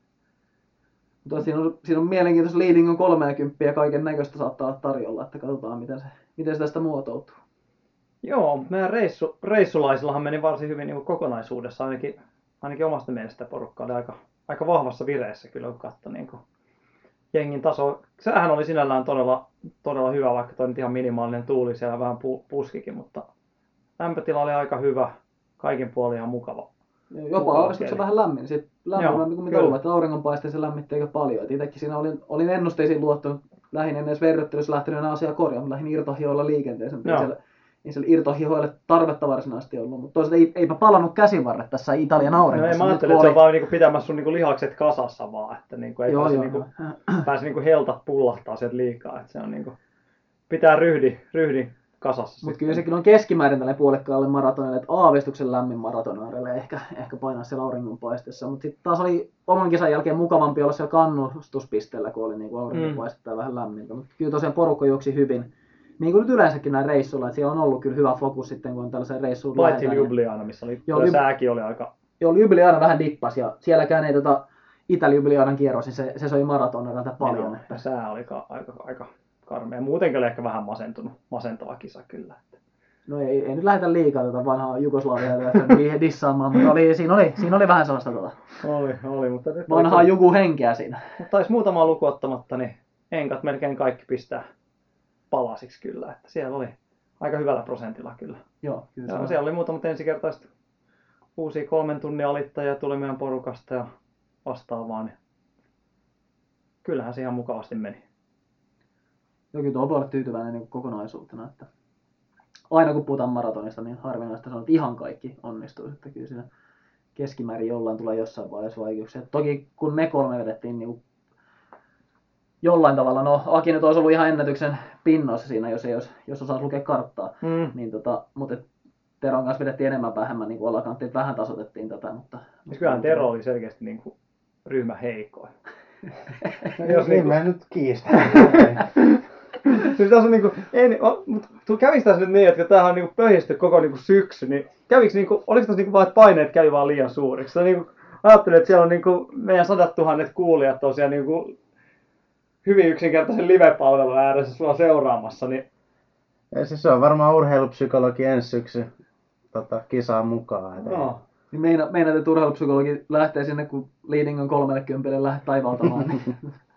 mutta siinä, on, siinä on mielenkiintoista, leading on kolmekymmentä ja kaiken näköistä saattaa olla tarjolla, että katsotaan miten se, miten se tästä muotoutuu. Joo, mutta meidän reissu, reissulaisillahan meni varsin hyvin niin kuin kokonaisuudessa, ainakin, ainakin omasta mielestä porukka oli aika, aika vahvassa vireessä kyllä, kun katsoi niin kuin jengin taso. Sehän oli sinällään todella, todella hyvä, vaikka toi nyt ihan minimaalinen tuuli siellä vähän pu, puskikin, mutta lämpötila oli aika hyvä, kaikin puolin ihan mukava. Jopa aavistuksen vähän lämmin, sitten lämmin kuin mitä luulen, että auringonpaiste se lämmitti aika paljon. Et itsekin siinä olin, olin ennusteisiin luottanut, lähin ennen edes verryttelyssä lähtenyt enää asiaa korjaamaan, lähdin irtohioilla liikenteeseen. Ei siellä, ei siellä irtohioille tarvetta varsinaisesti ollut, mutta toisaalta ei, eipä palannut käsivarret tässä Italian auringossa. No ei, mä ajattelin, että se on vaan niinku pitämässä sun niinku lihakset kasassa vaan, että niinku ei joo, pääsi, joo, niinku, pääsi niinku heltat pullahtaa sieltä liikaa. Että se on niinku, pitää ryhdi, ryhdi kasassa. Mutta kyllä sekin on keskimäärin tälle puolikkaalle maratonille, että aavistuksen lämmin maratonaarille ehkä, ehkä painaa siellä auringonpaisteessa. Mutta sitten taas oli oman kisan jälkeen mukavampi olla siellä kannustuspisteellä, kun oli niinku auringonpaistetta ja mm. vähän lämmintä. Mutta kyllä tosiaan porukka juoksi hyvin. Niin kuin nyt yleensäkin näin reissuilla, että siellä on ollut kyllä hyvä fokus sitten, kun on tällaisen reissuun lähdetään. Paitsi Ljubljana, missä oli, joo, Ljub... sääkin oli aika... Joo, Ljubljana vähän dippas ja sielläkään ei tota Itä-Ljubljanan kierros, niin se, se soi maratonilta paljon. Joo, että... Sää oli ka, aika, aika karmea. Muutenkin oli ehkä vähän masentunut, masentava kisa kyllä. No ei, ei nyt lähdetä liikaa tätä vanhaa Jugoslaviaa dissaamaan, mutta oli, siinä, oli, siinä oli vähän sellaista tota, oli, oli, mutta vanhaa Jugu henkeä siinä. Mutta taisi muutama luku ottamatta, niin enkat melkein kaikki pistää palasiksi kyllä, että siellä oli aika hyvällä prosentilla kyllä. Joo, kyllä. Ja siellä oli muutamat ensikertaiset uusia kolmen tunnin alittajia tuli meidän porukasta ja vastaavaa, niin kyllähän se ihan mukavasti meni. Joo, kyllä tuo on tyytyväinen niin kokonaisuutena, että aina kun puhutaan maratonista, niin harvinaista sanoa, että ihan kaikki onnistuu, että kyllä siinä keskimäärin jollain tulee jossain vaiheessa vaikeuksia. Toki kun me kolme vedettiin niin jollain tavalla, no Aki nyt olisi ollut ihan ennätyksen pinnoissa siinä, jos ei olisi, jos osaisi lukea karttaa, mm. niin tota, mutta Teron kanssa vedettiin enemmän vähemmän niin alakantti, että vähän tasoitettiin tätä, mutta... Siis kyllähän Tero oli selkeästi niin kuin ryhmä heikoin. Jos niin mä nyt kiistän. Siis tässä on niinku, ei, mutta kävikö tässä nyt niin, että tämähän on niinku pöhisty koko niinku syksy, niin kävikö niinku, oliko tässä niinku vaan, että paineet käy vaan liian suuriksi? Sä niinku ajattelin, että siellä on niinku meidän sadat tuhannet kuulijat tosiaan niinku hyvin yksinkertaisen live-palvelun ääressä sua seuraamassa, niin... Ja siis se on varmaan urheilupsykologi ensi syksy tota, kisaan mukaan. No. Niin meina, meinaat, että urheilupsykologi lähtee sinne, kun leading on kolmekymmentä lähdet taivaltamaan. Niin.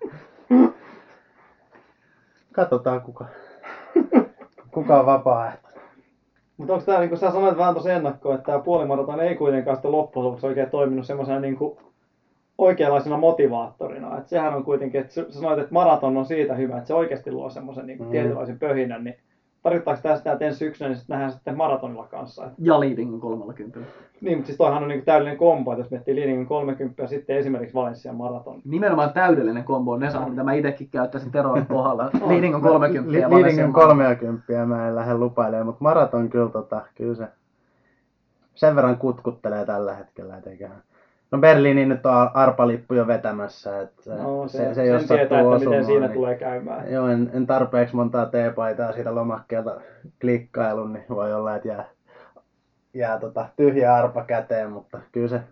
Katsotaan kuka, kuka on vapaaehtoinen. Mutta onko tämä, niin kuin sä sanoit vähän tuossa ennakkoon, että tämä puolimaraton ei kuitenkaan sitten loppujen lopuksi oikein toiminut semmoisena niin kuin oikeanlaisena motivaattorina. Et sehän on kuitenkin, että sä sanoit, että maraton on siitä hyvä, että se oikeasti luo semmoisen niin kuin mm. tietynlaisen pöhinän, niin tarkoittaako tämä sitä, että ensi syksynä niin sitten nähdään sitten maratonilla kanssa? Että... Ja leading kolmekymmentä. Niin, mutta siis toihan on niin kuin täydellinen kombo, että jos miettii leading kolmekymmentä ja sitten esimerkiksi Valencian maraton. Nimenomaan täydellinen kombo, ne saa, mitä mä itsekin käyttäisin Teron kohdalla. Leading kolmekymmentä ja Leading kolmekymmentä mä en lähde lupailemaan, mutta maraton kyllä, tota, kyllä se sen verran kutkuttelee tällä hetkellä. Eiköhän. No Berliiniin nyt on arpalippu jo vetämässä. Että no, se, se, se jos sen tietää, että miten siinä niin, tulee käymään. Joo, en, en tarpeeksi montaa T-paitaa siitä lomakkeelta klikkailun, niin voi olla, että jää, jää tota, tyhjä arpa käteen, mutta kyllä se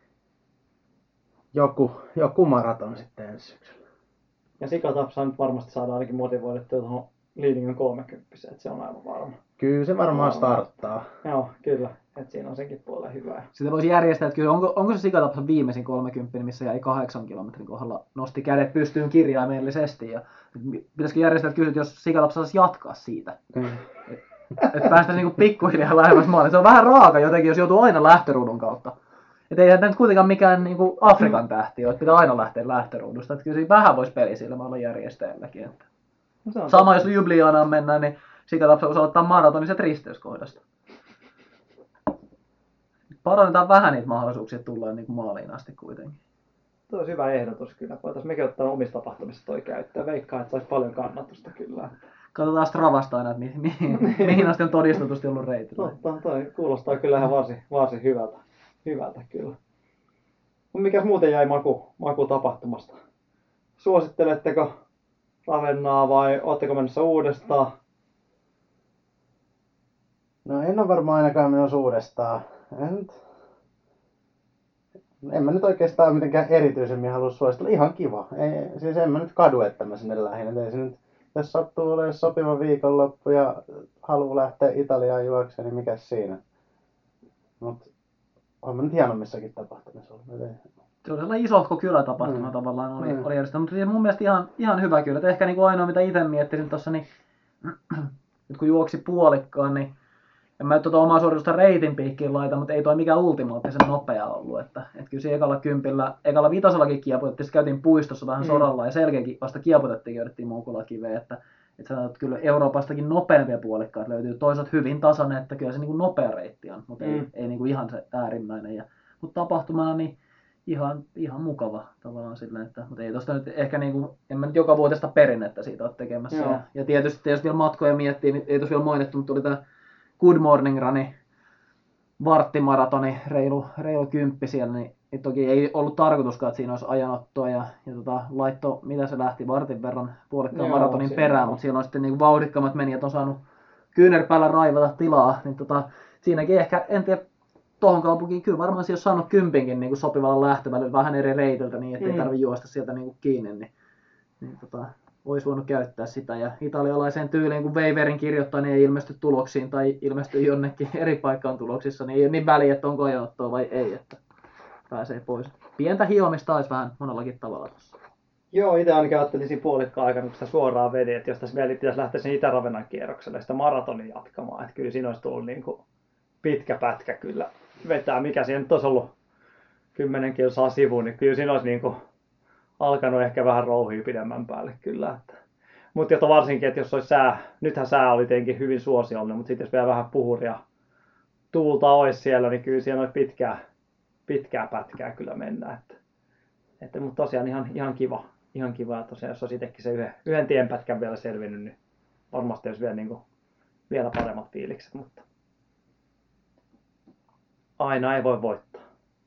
joku, joku maraton sitten ensi syksyllä. Ja Sikatapsaa nyt varmasti saadaan ainakin motivoidettua tuohon leading kolmekymmentä, että se on aivan varma. Kyllä se varmaan starttaa. Joo, kyllä. Että siinä on senkin puolella hyvää. Sitä voisi järjestää, että kyllä, onko, onko se Sikatapsan viimeisin kolmekymmentä, missä jäi kahdeksan kilometrin kohdalla, nosti kädet pystyyn kirjaimellisesti. Ja pitäisikö järjestää, että, kyllä, että jos Sikatapsa saisi jatkaa siitä. Mm. Että et päästäisiin niinku pikkuhiljaa lähemmäs maaliin. Se on vähän raaka jotenkin, jos joutuu aina lähtöruudun kautta. Että ei tämä nyt kuitenkaan mikään niinku Afrikan tähti ole, että pitää aina lähteä lähtöruudusta. Että kyllä siinä vähän voisi pelisilmällä järjestäjälläkin. Että... No sama jos Ljubljanaan mennään, niin Sikatapsa voisi aloittaa maratonin risteyskohdasta. Parannetaan vähän niitä mahdollisuuksia, että tullaan niin kuin maaliin asti kuitenkin. Tuo olisi hyvä ehdotus kyllä. Voitaisiin mekin ottaa omista tapahtumista toi käyttöön. Veikkaan, että saisi paljon kannatusta kyllä. Katsotaan Stravasta aina, että mihin, mihin, mihin asti on todistetusti ollut reitillä. Totta, toi kuulostaa kyllä ihan varsin, varsin hyvältä. Hyvältä kyllä. No mikäs muuten jäi maku, maku tapahtumasta? Suositteletteko Ravennaa vai ootteko mennessä uudestaan? No en ole varmaan ainakaan menossa uudestaan. En, nyt... en mä nyt oikeastaan mitenkään erityisemmin halua suositella. Ihan kiva. Ei, siis en mä nyt kadu, että mä sinne lähdin. Ei se nyt, jos sattuu olemaan sopiva viikonloppu ja haluaa lähteä Italiaan juokseen, niin mikäs siinä. Mut on mä nyt hienommissakin tapahtumissa ollut. Se oli sellainen isohko kylätapahtuma mm. tavallaan oli, mm. oli järjestetty, mutta mun mielestä ihan, ihan hyvä kyllä. Et ehkä niin kuin ainoa mitä itse miettisin tuossa, niin nyt kun juoksi puolikkaan, niin en mä tuota omaa suoritusta reitin piikkiin laita, mutta ei toi mikään ultimaattisen nopea ollut. Että, et kyllä siinä ekalla kympillä, ekalla vitosellakin kieputettiin, sitten käytiin puistossa vähän mm. soralla ja selkeäkin vasta kieputettiin, joudettiin Moukulakiveen. Että, että sanotaan, että kyllä Euroopastakin nopeampia puolikkaat löytyy toisaalta hyvin tasainen, että kyllä se niin kuin nopea reitti on, mutta mm. ei, ei niin kuin ihan se äärimmäinen. Ja, mutta tapahtumana niin ihan, ihan mukava tavallaan silleen, että mutta ei tosta nyt ehkä niinku, en mä nyt joka vuotesta perinnettä siitä ole tekemässä. Ja, ja tietysti jos vielä matkoja miettii, niin ei tossa vielä mainittu, mutta tuli tää Good Morning Runi, varttimaratoni, reilu, reilu kymppi siellä, niin, niin toki ei ollut tarkoituskaan, että siinä olisi ajanottoa ja, ja tota, laitto, mitä se lähti, vartin verran puolikkaan maratonin perään, mutta siellä on sitten niinku vauhdikkaammat menijät on saanut kyynärpäällä raivata tilaa, niin tota, siinäkin ehkä, en tiedä, tuohon kaupunkiin kyllä varmaan se olisi saanut kympinkin niin kuin sopivalla lähtövällä vähän eri reitiltä niin, ettei mm. tarvitse juosta sieltä niin kuin kiinni, niin, niin tota, olisi voinut käyttää sitä. Ja italialaiseen tyyliin, kun Waiverin kirjoittaa, niin ei ilmesty tuloksiin tai ilmestyy jonnekin eri paikkaan tuloksissa, niin ei ole niin väliä, että onko ajanottoa vai ei, että pääsee pois. Pientä hiomista olisi vähän monellakin tavalla tuossa. Joo, itse ainakin ajattelisin puolikkaan aikana, kun sitä suoraan vedi, että jos tässä vielä pitäisi lähteä sen Itä-Ravennan kierrokselle sitä maratonin jatkamaan, että kyllä siinä olisi tullut niin kuin pitkä pätkä kyllä vetää, mikä siinä nyt olisi ollut kymmenen kilsaa sivuun, niin kyllä siinä olisi niin kuin alkanut ehkä vähän rouhia pidemmän päälle kyllä. Että. Mutta jotta varsinkin, että jos olisi sää, nythän sää oli tietenkin hyvin suosiollinen, mutta sitten jos vielä vähän puhuria tuulta olisi siellä, niin kyllä siinä olisi pitkää, pitkää pätkää kyllä mennä. Että, että, mutta tosiaan ihan, ihan kiva, ihan kiva, että tosiaan jos olisi itsekin se yhden, yhden tienpätkän vielä selvinnyt, niin varmasti olisi vielä, niin kuin, vielä paremmat fiilikset, mutta aina ei voi voittaa.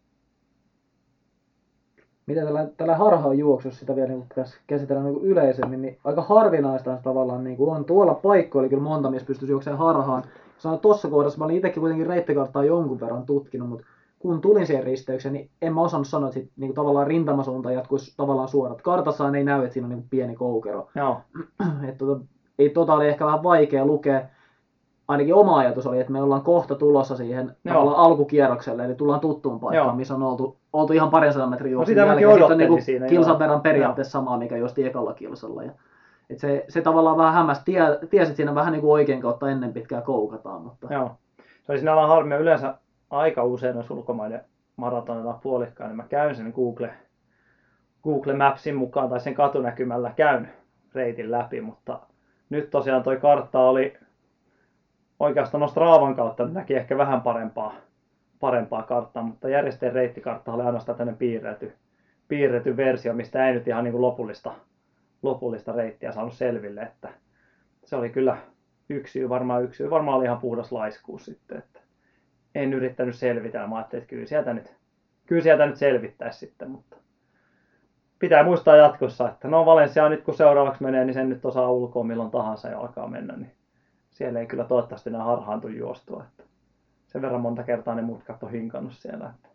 Miten tällä, tällä harhaan juoksussa sitä vielä niin tässä käsitellään niin yleisemmin, niin aika harvinaista tavallaan niin on. Tuolla paikkoilla kyllä monta mies pystyisi juoksemaan harhaan. Sanoin, tuossa kohdassa mä olin itsekin kuitenkin reittikarttaa jonkun verran tutkinut, mutta kun tulin siihen risteykseen, niin en mä osannut sanoa, että sit, niin tavallaan rintamasuunta jatkuisi tavallaan suorat. Kartassaan ei näy, että siinä on niin pieni koukero. Joo. Et, tota, ei tota oli ehkä vähän vaikea lukea. Ainakin oma ajatus oli, että me ollaan kohta tulossa siihen alkukierrokselle, eli tullaan tuttuun paikkaan, Joo. missä on oltu, oltu ihan parin sadan metrin juoksun no, jälkeen. Sitten on niin siinä, kilsan verran periaatteessa samaa, mikä juosti ekalla kilsalla. Ja, et se, se tavallaan vähän hämmästi, tie, tiesit siinä vähän niin kuin oikein kautta ennen pitkään koukataan. Mutta. Joo. Se oli siinä harmia yleensä aika usein noissa ulkomaiden maratonilla puolikkaan, niin mä käyn sen Google, Google Mapsin mukaan tai sen katunäkymällä käyn reitin läpi, mutta nyt tosiaan toi kartta oli oikeastaan no Straavan kautta näki ehkä vähän parempaa, parempaa karttaa, mutta järjestäjän reittikartta oli ainoastaan tämmöinen piirretty, piirretty versio, mistä ei nyt ihan niin kuin lopullista, lopullista reittiä saanut selville, että se oli kyllä yksi syy, varmaan yksi syy, varmaan oli ihan puhdas laiskuus sitten, että en yrittänyt selvitellä, mä ajattelin, että kyllä sieltä nyt, kyllä sieltä nyt selvittäisi sitten, mutta pitää muistaa jatkossa, että no Valencia nyt kun seuraavaksi menee, niin sen nyt osaa ulkoa milloin tahansa ja alkaa mennä, niin siellä ei kyllä toivottavasti enää harhaantu juostua. Että sen verran monta kertaa ne mutkat on hinkannut siellä. Että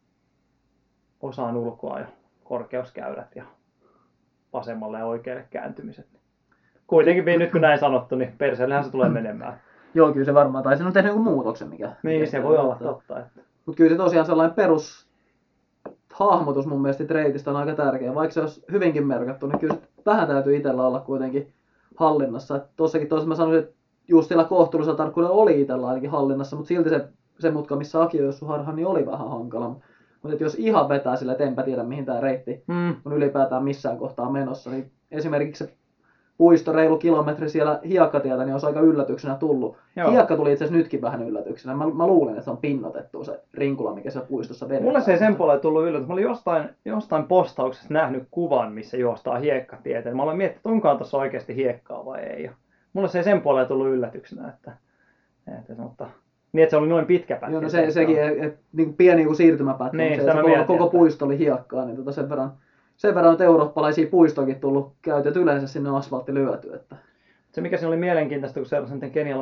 osaan ulkoa ja korkeuskäyrät ja vasemmalle ja oikealle kääntymiset. Kuitenkin nyt kun näin sanottu, niin perseellähän se tulee menemään. Joo, kyllä se varmaan. Tai siinä on tehnyt joku muutoksen, mikä... Niin, se voi olla totta. Että. Mutta kyllä se tosiaan sellainen perus hahmotus mun mielestä reitistä on aika tärkeä. Vaikka se olisi hyvinkin merkattu, niin kyllä vähän täytyy itsellä olla kuitenkin hallinnassa. Että tossakin toisaalta mä sanoisin, että just sillä kohtuullisella tarkkuudella oli itsellä ainakin hallinnassa, mutta silti se, se mutka, missä Aki on jossu harhaan, niin oli vähän hankala. Mutta jos ihan vetää sillä, että enpä tiedä mihin tämä reitti mm. on ylipäätään missään kohtaa menossa, niin esimerkiksi se puisto reilu kilometri siellä hiekkatieltä, niin olisi aika yllätyksenä tullut. Joo. Hiekka tuli itse asiassa nytkin vähän yllätyksenä. Mä, mä luulen, että se on pinnotettu se rinkula, mikä siellä puistossa vedetään. Mulle se ei sen puolella tullut yllätys. Mä olin jostain, jostain postauksessa nähnyt kuvan, missä juostaa hiekkatietä. Mä olen miettinyt, että onkaan tuossa oikeasti hiekkaa vai ei. Mulle se ei sen puolella tullut yllätyksenä, että, että mutta, niin että se oli noin pitkä pätkä. Joo, no se, sekin, että niin pieni niin siirtymäpätkä, niin, se, se koko, koko puisto oli hiekkaa, niin tota sen verran, sen verran että eurooppalaisia puistoonkin tullut käytetty yleensä sinne asfaltti lyöty. Että. Se mikä siinä oli mielenkiintoista, kun seurasin kenialaisten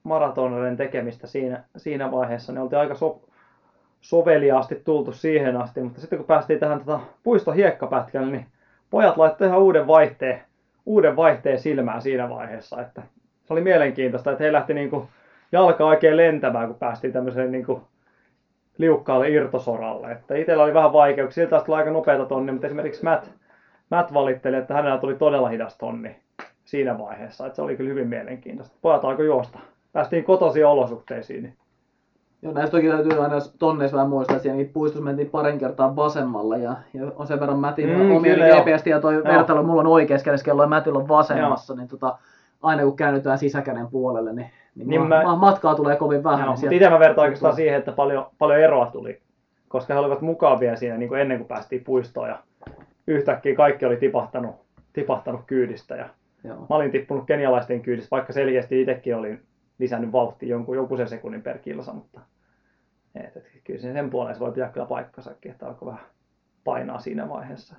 maratoneiden tekemistä siinä, siinä vaiheessa, niin oltiin aika so, soveliaasti tultu siihen asti, mutta sitten kun päästiin tähän tota, puiston hiekkapätkälle, niin pojat laittoi ihan uuden vaihteen, uuden vaihteen silmään siinä vaiheessa, että se oli mielenkiintoista, että he lähti niinku jalka oikein lentämään, kun päästiin tämmöiselle niinku liukkaalle irtosoralle. Että itsellä oli vähän vaikeuksia, siltä tuli aika nopeata tonni, mutta esimerkiksi Matt, Matt valitteli, että hänellä tuli todella hidas tonni siinä vaiheessa. Että se oli kyllä hyvin mielenkiintoista. Pojat alkoi juosta. Päästiin kotoisiin olosuhteisiin. Niin. Joo, näistä toki täytyy aina tonneissa vähän muistaa, että siellä puistossa mentiin parin kertaa vasemmalla ja, ja on sen verran Mätin Mm, omia kyllä, G P S-tietoja vertailu, mulla on oikeassa kädessä kello ja Mätillä on vasemmassa, Joo. niin tota, aina kun käännytään sisäkäden puolelle, niin, niin, Niin ma- mä- ma- matkaa tulee kovin vähän. Joo, niin mutta sieltä- itse mä vertaan oikeastaan siihen, että paljon, paljon eroa tuli, koska he olivat mukavia siinä niin kuin ennen kuin päästiin puistoon ja yhtäkkiä kaikki oli tipahtanut, tipahtanut kyydistä. Ja Joo. mä olin tippunut kenialaisten kyydistä, vaikka selkeästi itsekin olin lisännyt vauhtia jonkun, jonkun sen sekunnin per kilsa, mutta et, et, kyllä sen, sen puoleen se voi pitää kyllä paikkansakin, että alkoi vähän painaa siinä vaiheessa.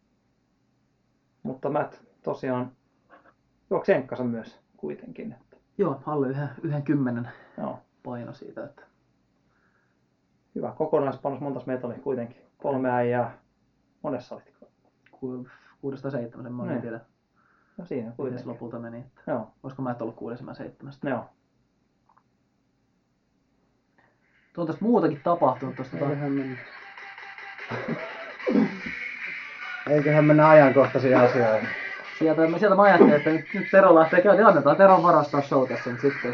Mutta Matt tosiaan juoksi enkkansa myös kuitenkin. Että, Joo, alle yhden, yhden kymmenen joo. paino siitä. Että... Hyvä kokonaispanos, montas meitä oli kuitenkin? Kolme äijää. Monessa olit? ku- kuudesta seitsemän, mä en Niin. tiedä, No siinä miten se kuitenkin. lopulta meni. Että... Joo, Olisiko mä et ollut kuudesta vai seitsemästä. joo. Tuon tästä muutakin tapahtunut tuosta. Tota... Eiköhän mennä. Eiköhän mennä ajankohtaisiin asioihin. Sieltä, sieltä mä ajattelin, että nyt, nyt Tero lähtee käyntiin. Annetaan Teron varastaa show tässä nyt sitten.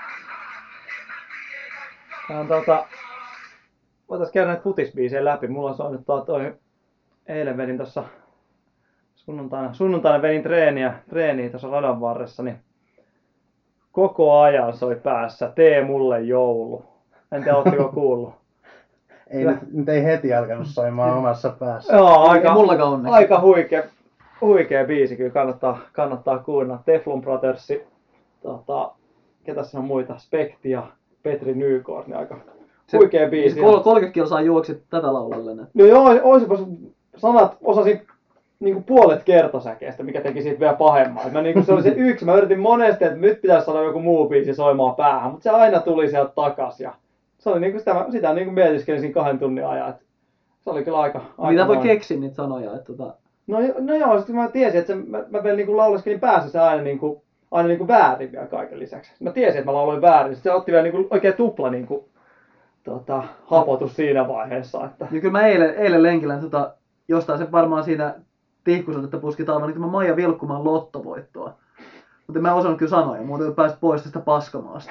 Tää on tota... Voitais käydä näitä futisbiisejä läpi. Mulla on soinut toi, toi... Eilen vedin tossa... Sunnuntaina, sunnuntaina vedin treeniä, treeniä tuossa radan varressa, niin... Koko ajan soi päässä Tee mulle joulu. En tiedä, ootteko kuullut. Ei nyt, nyt ei heti alkanut soimaan omassa päässä. Joo, Ei aika, mullakaan onneksi. aika huikea, huikea biisi, kyllä kannattaa, kannattaa kuunnella. Teflon Brothersi, tota, ketä siinä on muita, Spekti ja Petri Nykort, niin aika huikea biisi. Se kol- kolmekymmentä kilsaa juoksit tätä laulalle. No joo, olisipa sanat, osasin niinku puolet kertosäkeestä, mikä teki siitä vielä pahemman. Mä, niinku, se oli se yksi, mä yritin monesti, että nyt pitäisi saada joku muu biisi soimaan päähän, mutta se aina tuli sieltä takas. Ja se oli niinku sitä, sitä niinku mietiskelin siinä kahden tunnin ajan. Et se oli kyllä aika... aika Mitä voi noin. keksiä niitä sanoja? Että tota... No, no joo, sitten mä tiesin, että se, mä, mä vielä niinku lauleskelin päässä se aina, niinku, aina niinku väärin vielä kaiken lisäksi. Mä tiesin, että mä lauloin väärin. Sitten se otti vielä niinku oikein tupla niinku, tota, hapotus siinä vaiheessa. Että... Ja kyllä mä eilen, eilen lenkillä tota, jostain se varmaan siinä tihkuselta, että puski taivaan, niin mä Maija vilkkumaan lottovoittoa. Mutta en mä osannut kyllä sanoja, muuten päästä pois tästä paskamaasta.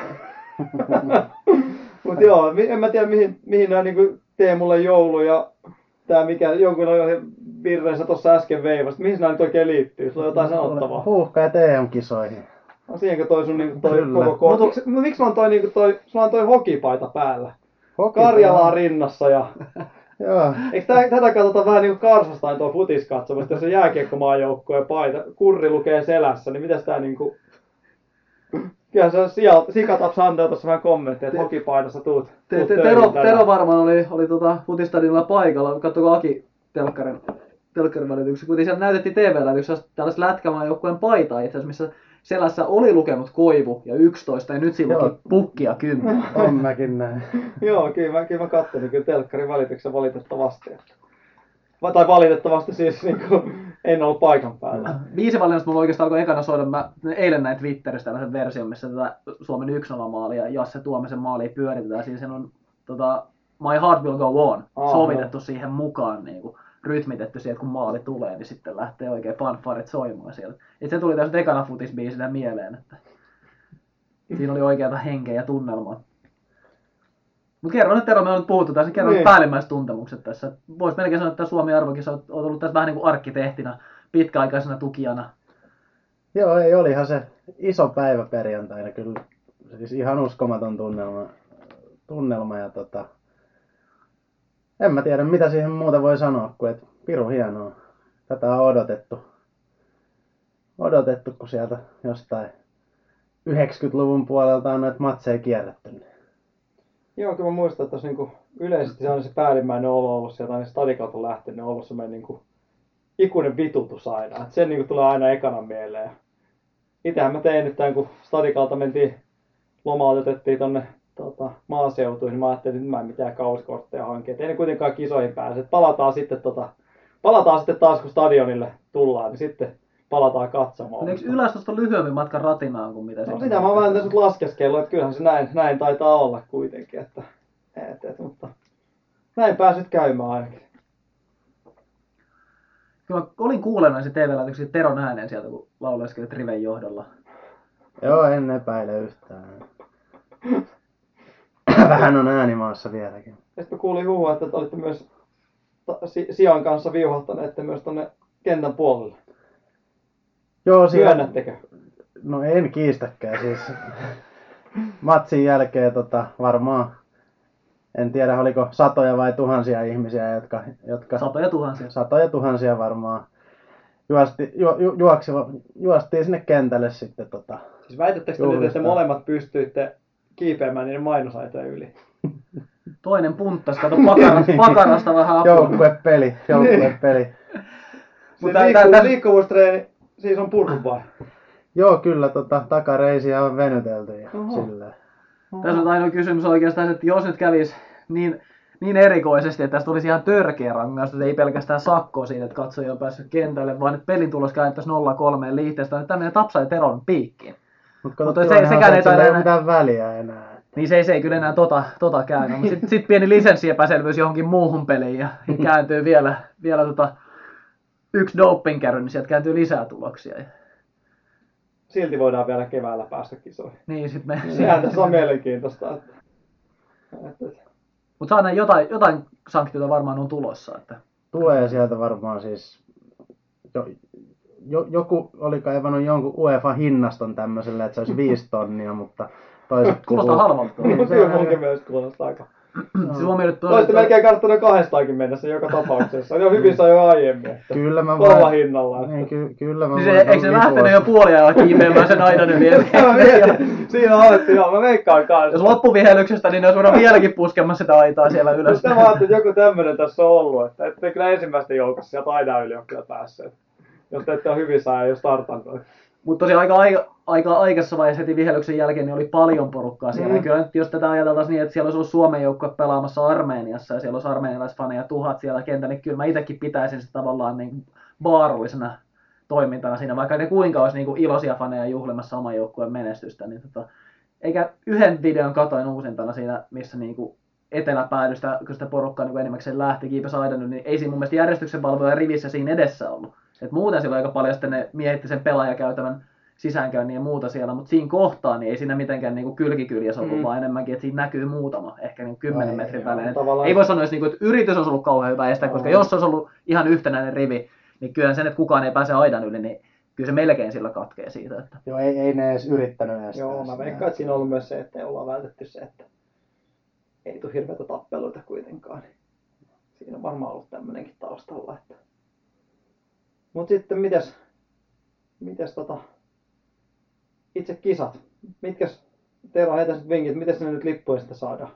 Mut joo, en mä tiedä mihin, mihin nää niinku Tee mulle joulu ja tää mikä jonkun virreensä tossa äsken veivasta. Mihin nää nyt oikein liittyy? Sulla on jotain sanottavaa. Huuhka ja T M-kisoihin. No siihenkö toi sun niinku toi Kyllä. koko kor... Miksi, no, miksi sulla on toi niinku toi, sulla on toi hokipaita päällä? Hokipaita. Karjalaa rinnassa ja... Joo. Eikö tää, tätä katsota vähän niinku karsastain tuo futiskatsomasta, jos on jääkiekkomaajoukkojen paita, kurri lukee selässä, niin mitäs tää niinku... Kyllä se on sieltä, Sikataps antoi tuossa vähän kommentteja, että hokipaidassa tuut, Te, tuut te, töihin Tero, tänään. Tero varmaan oli, oli tota Futistadilla paikalla. Katsoiko Aki telkkarin, telkkarin välityksessä. Kuitenkin siellä näytettiin T V-lähetyksessä tällaista lätkämaajoukkueen paitaa itse asiassa, missä selässä oli lukenut Koivu ja yksitoista ja nyt silloinkin Joo. Pukki ja kymmenen. On mäkin näin. Joo, kyllä mä, kyllä mä kattelin kyllä telkkarin välityksen valitettavasti. Va- Tai valitettavasti siis niin kuin, en ollut paikan päällä. Biisivalinnasta mulla oikeastaan alkoi ekana soida. Mä eilen näin Twitterissä tällaisen version, missä tätä Suomen yksi nolla maalia ja Jasse Tuomisen maalia pyöritetään. Siinä sen on tota, My Heart Will Go On Aha. sovitettu siihen mukaan, niin kuin, rytmitetty siihen, kun maali tulee, niin sitten lähtee oikein fanfarit soimaan sieltä. Et se tuli tästä ekana futisbiisinä mieleen, että siinä oli oikeata henkeä ja tunnelmaa. Mutta kerro nyt, Tero, me on nyt puhuttu tässä, kerro Niin. nyt päällimmäiset tuntemukset tässä. Voisi melkein sanoa, että Suomi Arvokissa olet ollut tässä vähän niin kuin arkkitehtina, pitkäaikaisena tukijana. Joo, ei olihan se iso päivä perjantaina kyllä. Siis ihan uskomaton tunnelma. tunnelma ja tota... En mä tiedä mitä siihen muuta voi sanoa kuin että piru hienoa. Tätä on odotettu. Odotettu kun sieltä jostain yhdeksänkymmentäluvun puolelta on noita matseja kierrätty. Joo, kyllä mä muistan, että tässä niinku yleisesti se, aina se päällimmäinen olo ollut sieltä, niin stadikalta lähtenyt on ollut semmoinen niinku ikuinen vitutus aina. Et se niinku tulee aina ekana mieleen. Itsehän mä tein nyt tämän, kun stadikalta mentiin lomautettiin tonne tota, maaseutuihin, niin mä ajattelin, että mä en mitään kausikortteja hankin. Et ei ne kuitenkaan kisoihin pääse. Et palataan sitten tota, palataan sitten taas kun stadionille tullaan, niin sitten palataan katsomaan. Eikö Ylästosta lyhyemmin matkan ratinaan kuin mitä No sitä mä oon vähän tässä laskeskellut, että kyllähän se näin, näin taitaa olla kuitenkin, että, et, et, mutta näin pääsit käymään ainakin. Kyllä mä olin kuulemassa T V-lähetyksessä Teron äänen sieltä, kun lauleskelit riven johdolla. Joo, en epäile yhtään. Vähän on äänimaassa vieläkin. Ja sitten kuulin huhua, että te olitte myös ta- si- Sian kanssa viuhahtaneet myös tonne kentän puolelle. Joo, siinä... Myönnättekö? No en kiistäkään siis. Matsin jälkeen tota, varmaan, en tiedä oliko satoja vai tuhansia ihmisiä, jotka... jotka Satoja tuhansia. Satoja tuhansia varmaan. Juosti, ju, ju, juoksiva, juostiin sinne kentälle sitten tota... Siis väitättekö te nyt, että molemmat pystyitte kiipeämään niiden mainosaitojen yli? Toinen punttas, kato pakarasta, pakarasta vähän apua. Joukkuepeli, joukkuepeli. Mutta liikkuvuus, liikkuvuustreeni siis on purku vai? Joo, kyllä tota, takareisiä on venytelty ja Oho. sillä. Tässä on ainoa kysymys oikeastaan, että jos nyt kävisi niin, niin erikoisesti, että tästä tulisi ihan törkeä rangaistus, ei pelkästään sakko siitä, että katsoja on päässyt kentälle, vaan että pelin tulos käännettäisiin nolla kolme liihteestä, että tämmöinen tapsai Teron piikkiin. Mut Mutta se, se, sekään ei taida ei enää... mitään väliä enää. Niin se ei, se ei kyllä enää tota, tota käännä, mutta sitten sit pieni lisenssiepäselvyys johonkin muuhun peliin ja kääntyy vielä, vielä tota, yksi doping-kärry, niin sieltä kääntyy lisää tuloksia. Silti voidaan vielä keväällä päästä kisoihin. Niin, sit me... Sehän tässä on mielenkiintoista. Että... että... Mutta saadaan jotain, jotain sanktiota varmaan on tulossa. Että... Tulee sieltä varmaan siis... Jo, jo, joku oli kaivannut jonkun UEFA-hinnaston tämmöiselle, että se olisi viisi tonnia, mutta toiset... Kuulostaa halvalta. Niin, kyllä munkin mielestä kuulostaa aika. Siis huomioon, to... Olisitte melkein karttanut kahdestaakin mennessä joka tapauksessa. Jo hyvissä jo aiemmin. Että... Kyllä mä voin. Tuolla voin. hinnalla. Että... Niin, ky- kyllä mä siis voin. eikö se lähtenyt jo puoliajalla kiipeämään sen aidan yli? Siinä alettiin, joo, mä veikkaan kanssa. Jos loppuvihellyksestä, niin ne olisi voinut vieläkin puskemassa sitä aitaa siellä ylös. Mä ajattelin, että joku tämmönen tässä on ollut, että ette kyllä ensimmäistä joukossa sieltä aidan yli ole kyllä päässeet. Jos te ette ole hyvissä ja jos startantoja. Mutta tosiaan aika, aika, aika aikaisessa vaiheessa heti vihellyksen jälkeen niin oli paljon porukkaa siellä. Mm. Kyllä nyt jos tätä ajateltaisiin niin, että siellä olisi ollut Suomen joukkue pelaamassa Armeniassa ja siellä olisi armeenialaisfaneja tuhat siellä kentällä, niin kyllä mä itsekin pitäisin sitä tavallaan niin vaarallisena toimintana siinä, vaikka ne kuinka olisi niin kuin iloisia faneja juhlimassa oman joukkueen menestystä. Niin tota, eikä yhden videon katoin uusintana siinä, missä niin kuin eteläpäädystä, kun sitä porukkaa niin enimmäkseen lähti kiipesi aidan, niin ei siinä mun mielestä järjestyksenvalvoja rivissä siinä edessä ollut. Et muuten silloin aika paljon sitten ne miehitti sen pelaajakäytävän sisäänkäynnin ja muuta siellä, mutta siinä kohtaa niin ei siinä mitenkään niinku kylkikyljessä ollut, mm. vaan enemmänkin, että siinä näkyy muutama, ehkä niinku kymmenen Ai, metrin joo, välein. tavallaan... Ei voi sanoa, että yritys olisi ollut kauhean hyvä estää, koska no. jos olisi ollut ihan yhtenäinen rivi, niin kyllä sen, että kukaan ei pääse aidan yli, niin kyllä se melkein sillä katkee siitä. Että... Joo, ei, ei ne edes yrittänyt estää. Joo, mä veikkaan, että siinä on ollut myös se, että ollaan vältetty se, että ei tule hirveätä tappeluita kuitenkaan. Siinä on varmaan ollut tämmönenkin taustalla. Että... Mut sitten mitäs, mitäs tota, itse kisat? Mitkäs, Tero heitäisit vinkit, miten ne nyt lippuja sitten saadaan?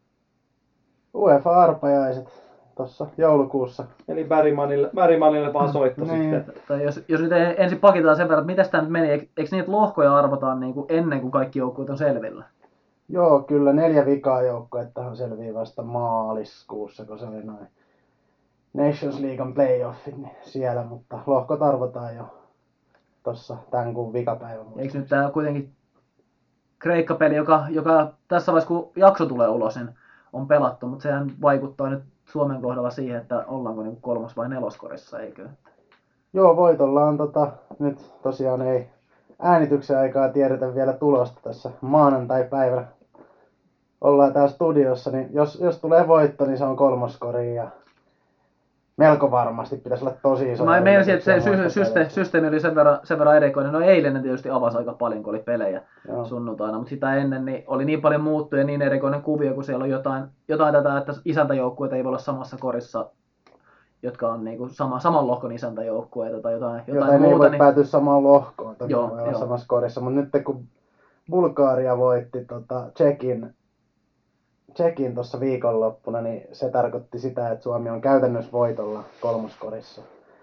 UEFA-arpajaiset tuossa joulukuussa. Eli Bergmanille, Bergmanille vaan soitto niin, sitten. Tai jos, jos nyt ensin pakitaan sen verran, että miten tämä nyt meni, eikö niin, että lohkoja arvotaan niin kuin ennen kuin kaikki joukkueet on selvillä? Joo, kyllä neljä vikaa joukkuettahan selvii vasta maaliskuussa, kun se oli noin Nations Leaguean playoffit niin siellä, mutta lohkot arvotaan jo tuossa tämän kuun vikapäivän. Eikö nyt tämä kuitenkin Kreikka-peli, joka, joka tässä vaiheessa kun jakso tulee ulos, niin on pelattu, mutta sehän vaikuttaa nyt Suomen kohdalla siihen, että ollaanko niin kolmos- vai neloskorissa, eikö? Joo, voitolla on tota, nyt tosiaan ei äänityksen aikaa tiedetä vielä tulosta tässä maanantai-päivällä. Ollaan täällä studiossa, niin jos, jos tulee voitto, niin se on kolmoskori ja melko varmasti pitäisi olla tosi iso. Mä meinasin, että se syste- syste- systeemi oli sen verran, sen verran erikoinen. No eilen ne tietysti avasi aika paljon, kun oli pelejä Joo. sunnuntaina, mutta sitä ennen niin oli niin paljon muuttuja ja niin erikoinen kuvio, kun siellä on jotain, jotain tätä, että isäntäjoukkueet ei voi olla samassa korissa, jotka on niin kuin sama, saman lohkon isäntäjoukkueita tai jotain, jotain Jotain muuta. ei voi niin... päätyä samaan lohkoon, toki Joo, voi olla jo. samassa korissa, mutta nyt kun Bulgaria voitti tota, Tšekin, Tšekin tuossa viikonloppuna, niin se tarkoitti sitä, että Suomi on käytännössä voitolla kolmoskorissa.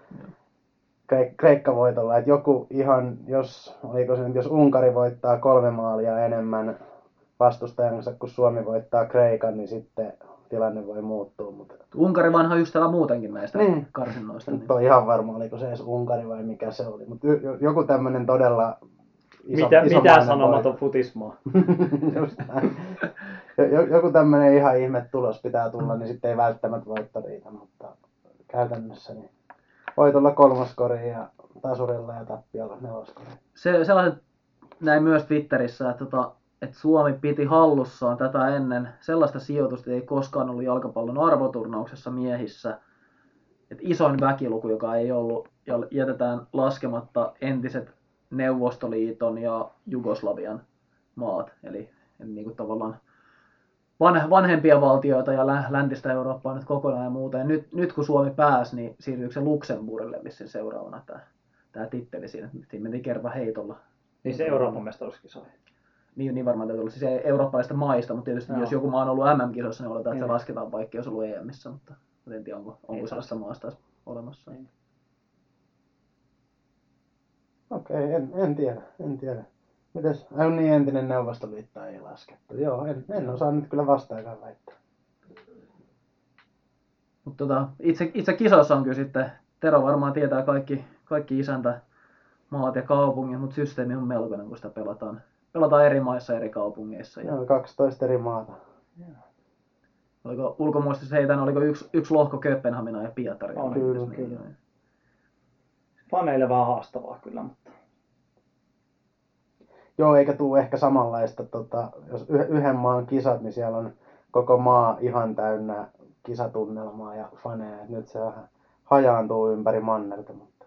Kreik- Kreikka voitolla, että joku ihan, jos, oliko se nyt, jos Unkari voittaa kolme maalia enemmän vastustajansa, kun Suomi voittaa Kreikan, niin sitten tilanne voi muuttua. Mutta... Unkari vanha ystävä muutenkin näistä niin. karsinnoista. Nyt Niin. on ihan varma, oliko se edes Unkari vai mikä se oli. Mutta joku tämmöinen todella iso, Mitä, iso mitä sanomaton futismaa. Just näin. Joku tämmöinen ihan ihme tulos pitää tulla, niin sitten ei välttämättä voitto riitä, mutta käytännössä niin voitolla kolmoskori ja tasurilla ja tappiolla neloskori. Se, sellaiset näin myös Twitterissä, että, tota, että Suomi piti hallussaan tätä ennen sellaista sijoitusta, ei koskaan ollut jalkapallon arvoturnauksessa miehissä. Että isoin väkiluku, joka ei ollut, ja jätetään laskematta entiset Neuvostoliiton ja Jugoslavian maat, eli, eli niin kuin tavallaan vanhempia valtioita ja läntistä Eurooppaa nyt kokonaan ja muuta. Ja nyt, nyt kun Suomi pääsi, niin siirtyykö se Luxemburgille vissiin seuraavana tämä, tämä titteli siinä. Siinä mentiin kerta heitolla. Niin se Euroopan mestaruuskisoja. Niin, niin varmaan täytyy olla siis eurooppalaisista maista, mutta tietysti no. jos joku maa on ollut M M-kisoissa, niin oletaan, että se lasketaan vaikka jos on ollut E M:ssä, mutta en tiedä onko, onko sellaista maasta olemassa. Niin. Okei, okay, en, en tiedä, en tiedä. Mites? On niin entinen Neuvostoliitto ei laskettu. Joo, en, en osaa nyt kyllä vastaakaan väittää. Mutta tota, itse, itse kisoissa on kyllä sitten, Tero varmaan tietää kaikki, kaikki isäntä maat ja kaupungit, mutta systeemi on melkoinen, kun sitä pelataan. Pelataan eri maissa eri kaupungeissa. Ja... Joo, kaksitoista eri maata. Oliko ulkomuistissa heitä, oliko yksi, yksi lohko Kööpenhamina ja Pietari? On, kyllä, kyllä. kyllä. Faneille vähän haastavaa kyllä, mutta... Joo, eikä tule ehkä samanlaista, tota, jos yhden maan kisat, niin siellä on koko maa ihan täynnä kisatunnelmaa ja faneja. Et nyt se vähän hajaantuu ympäri mannerta. Mutta...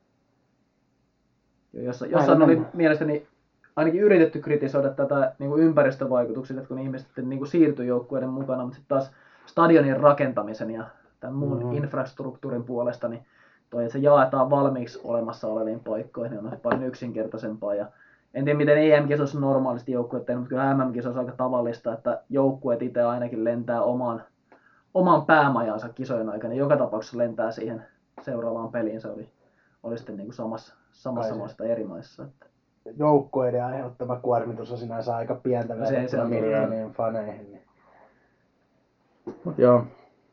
Jossain, jossain oli mielestäni ainakin yritetty kritisoida tätä niin kuin ympäristövaikutuksia, että kun ihmiset niin kuin siirtyi joukkueiden mukana, mutta sitten taas stadionin rakentamisen ja tämän muun mm-hmm. infrastruktuurin puolesta, niin toi, että se jaetaan valmiiksi olemassa oleviin paikkoihin, niin on paljon yksinkertaisempaa. Ja en tiedä, miten E M-kisoissa normaalisti joukkueet tehdään, mutta kyllä M M-kisoissa on aika tavallista, että joukkueet itse ainakin lentää omaan, omaan päämajansa kisojen aikana. Joka tapauksessa lentää siihen seuraavaan peliin. Se oli, oli sitten niin kuin samassa, samassa maassa eri maissa. Että. Joukkueiden aiheuttama kuormitus on sinänsä aika pientä verrattuna miljoonien faneihin. Niin. Mut joo.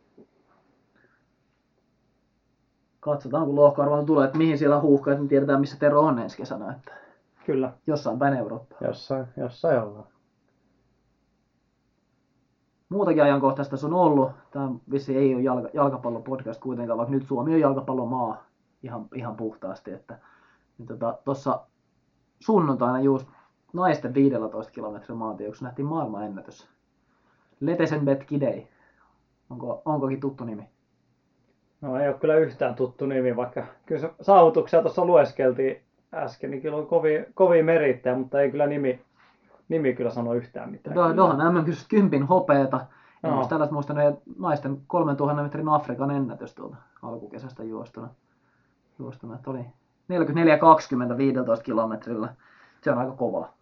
Katsotaan, kun lohkoarvoilu tulee, että mihin siellä huuhkaa, että tiedetään, missä Tero on ensi kesänä. Että kyllä. Jossain päin Eurooppaa. Jossain, jossain ollaan. Muutakin ajankohtaista se on ollut. Tämä vissi ei ole jalka, jalkapallopodcast kuitenkaan, vaikka nyt Suomi on jalkapallomaa ihan, ihan puhtaasti. Että, niin tota, tuossa sunnuntaina just naisten viisitoista kilometrin maantieksi nähtiin maailmanennätys. Letesenbet Kidei. Onko, onkokin tuttu nimi? No ei ole kyllä yhtään tuttu nimi, vaikka kyllä saavutuksia tuossa lueskeltiin äsken, niin kyllä on kovin, kovin merittäjä, mutta ei kyllä nimi, nimi kyllä sano yhtään mitään. Tuohan M M-kysyt kympin hopeeta. En no. tällaista muistanut naisten kolmentuhannen metrin Afrikan ennätys tuolta alkukesästä juostuna. juostuna. Että oli neljäkymmentäneljä kaksikymmentä viisitoista kilometrillä. Se on aika kovaa.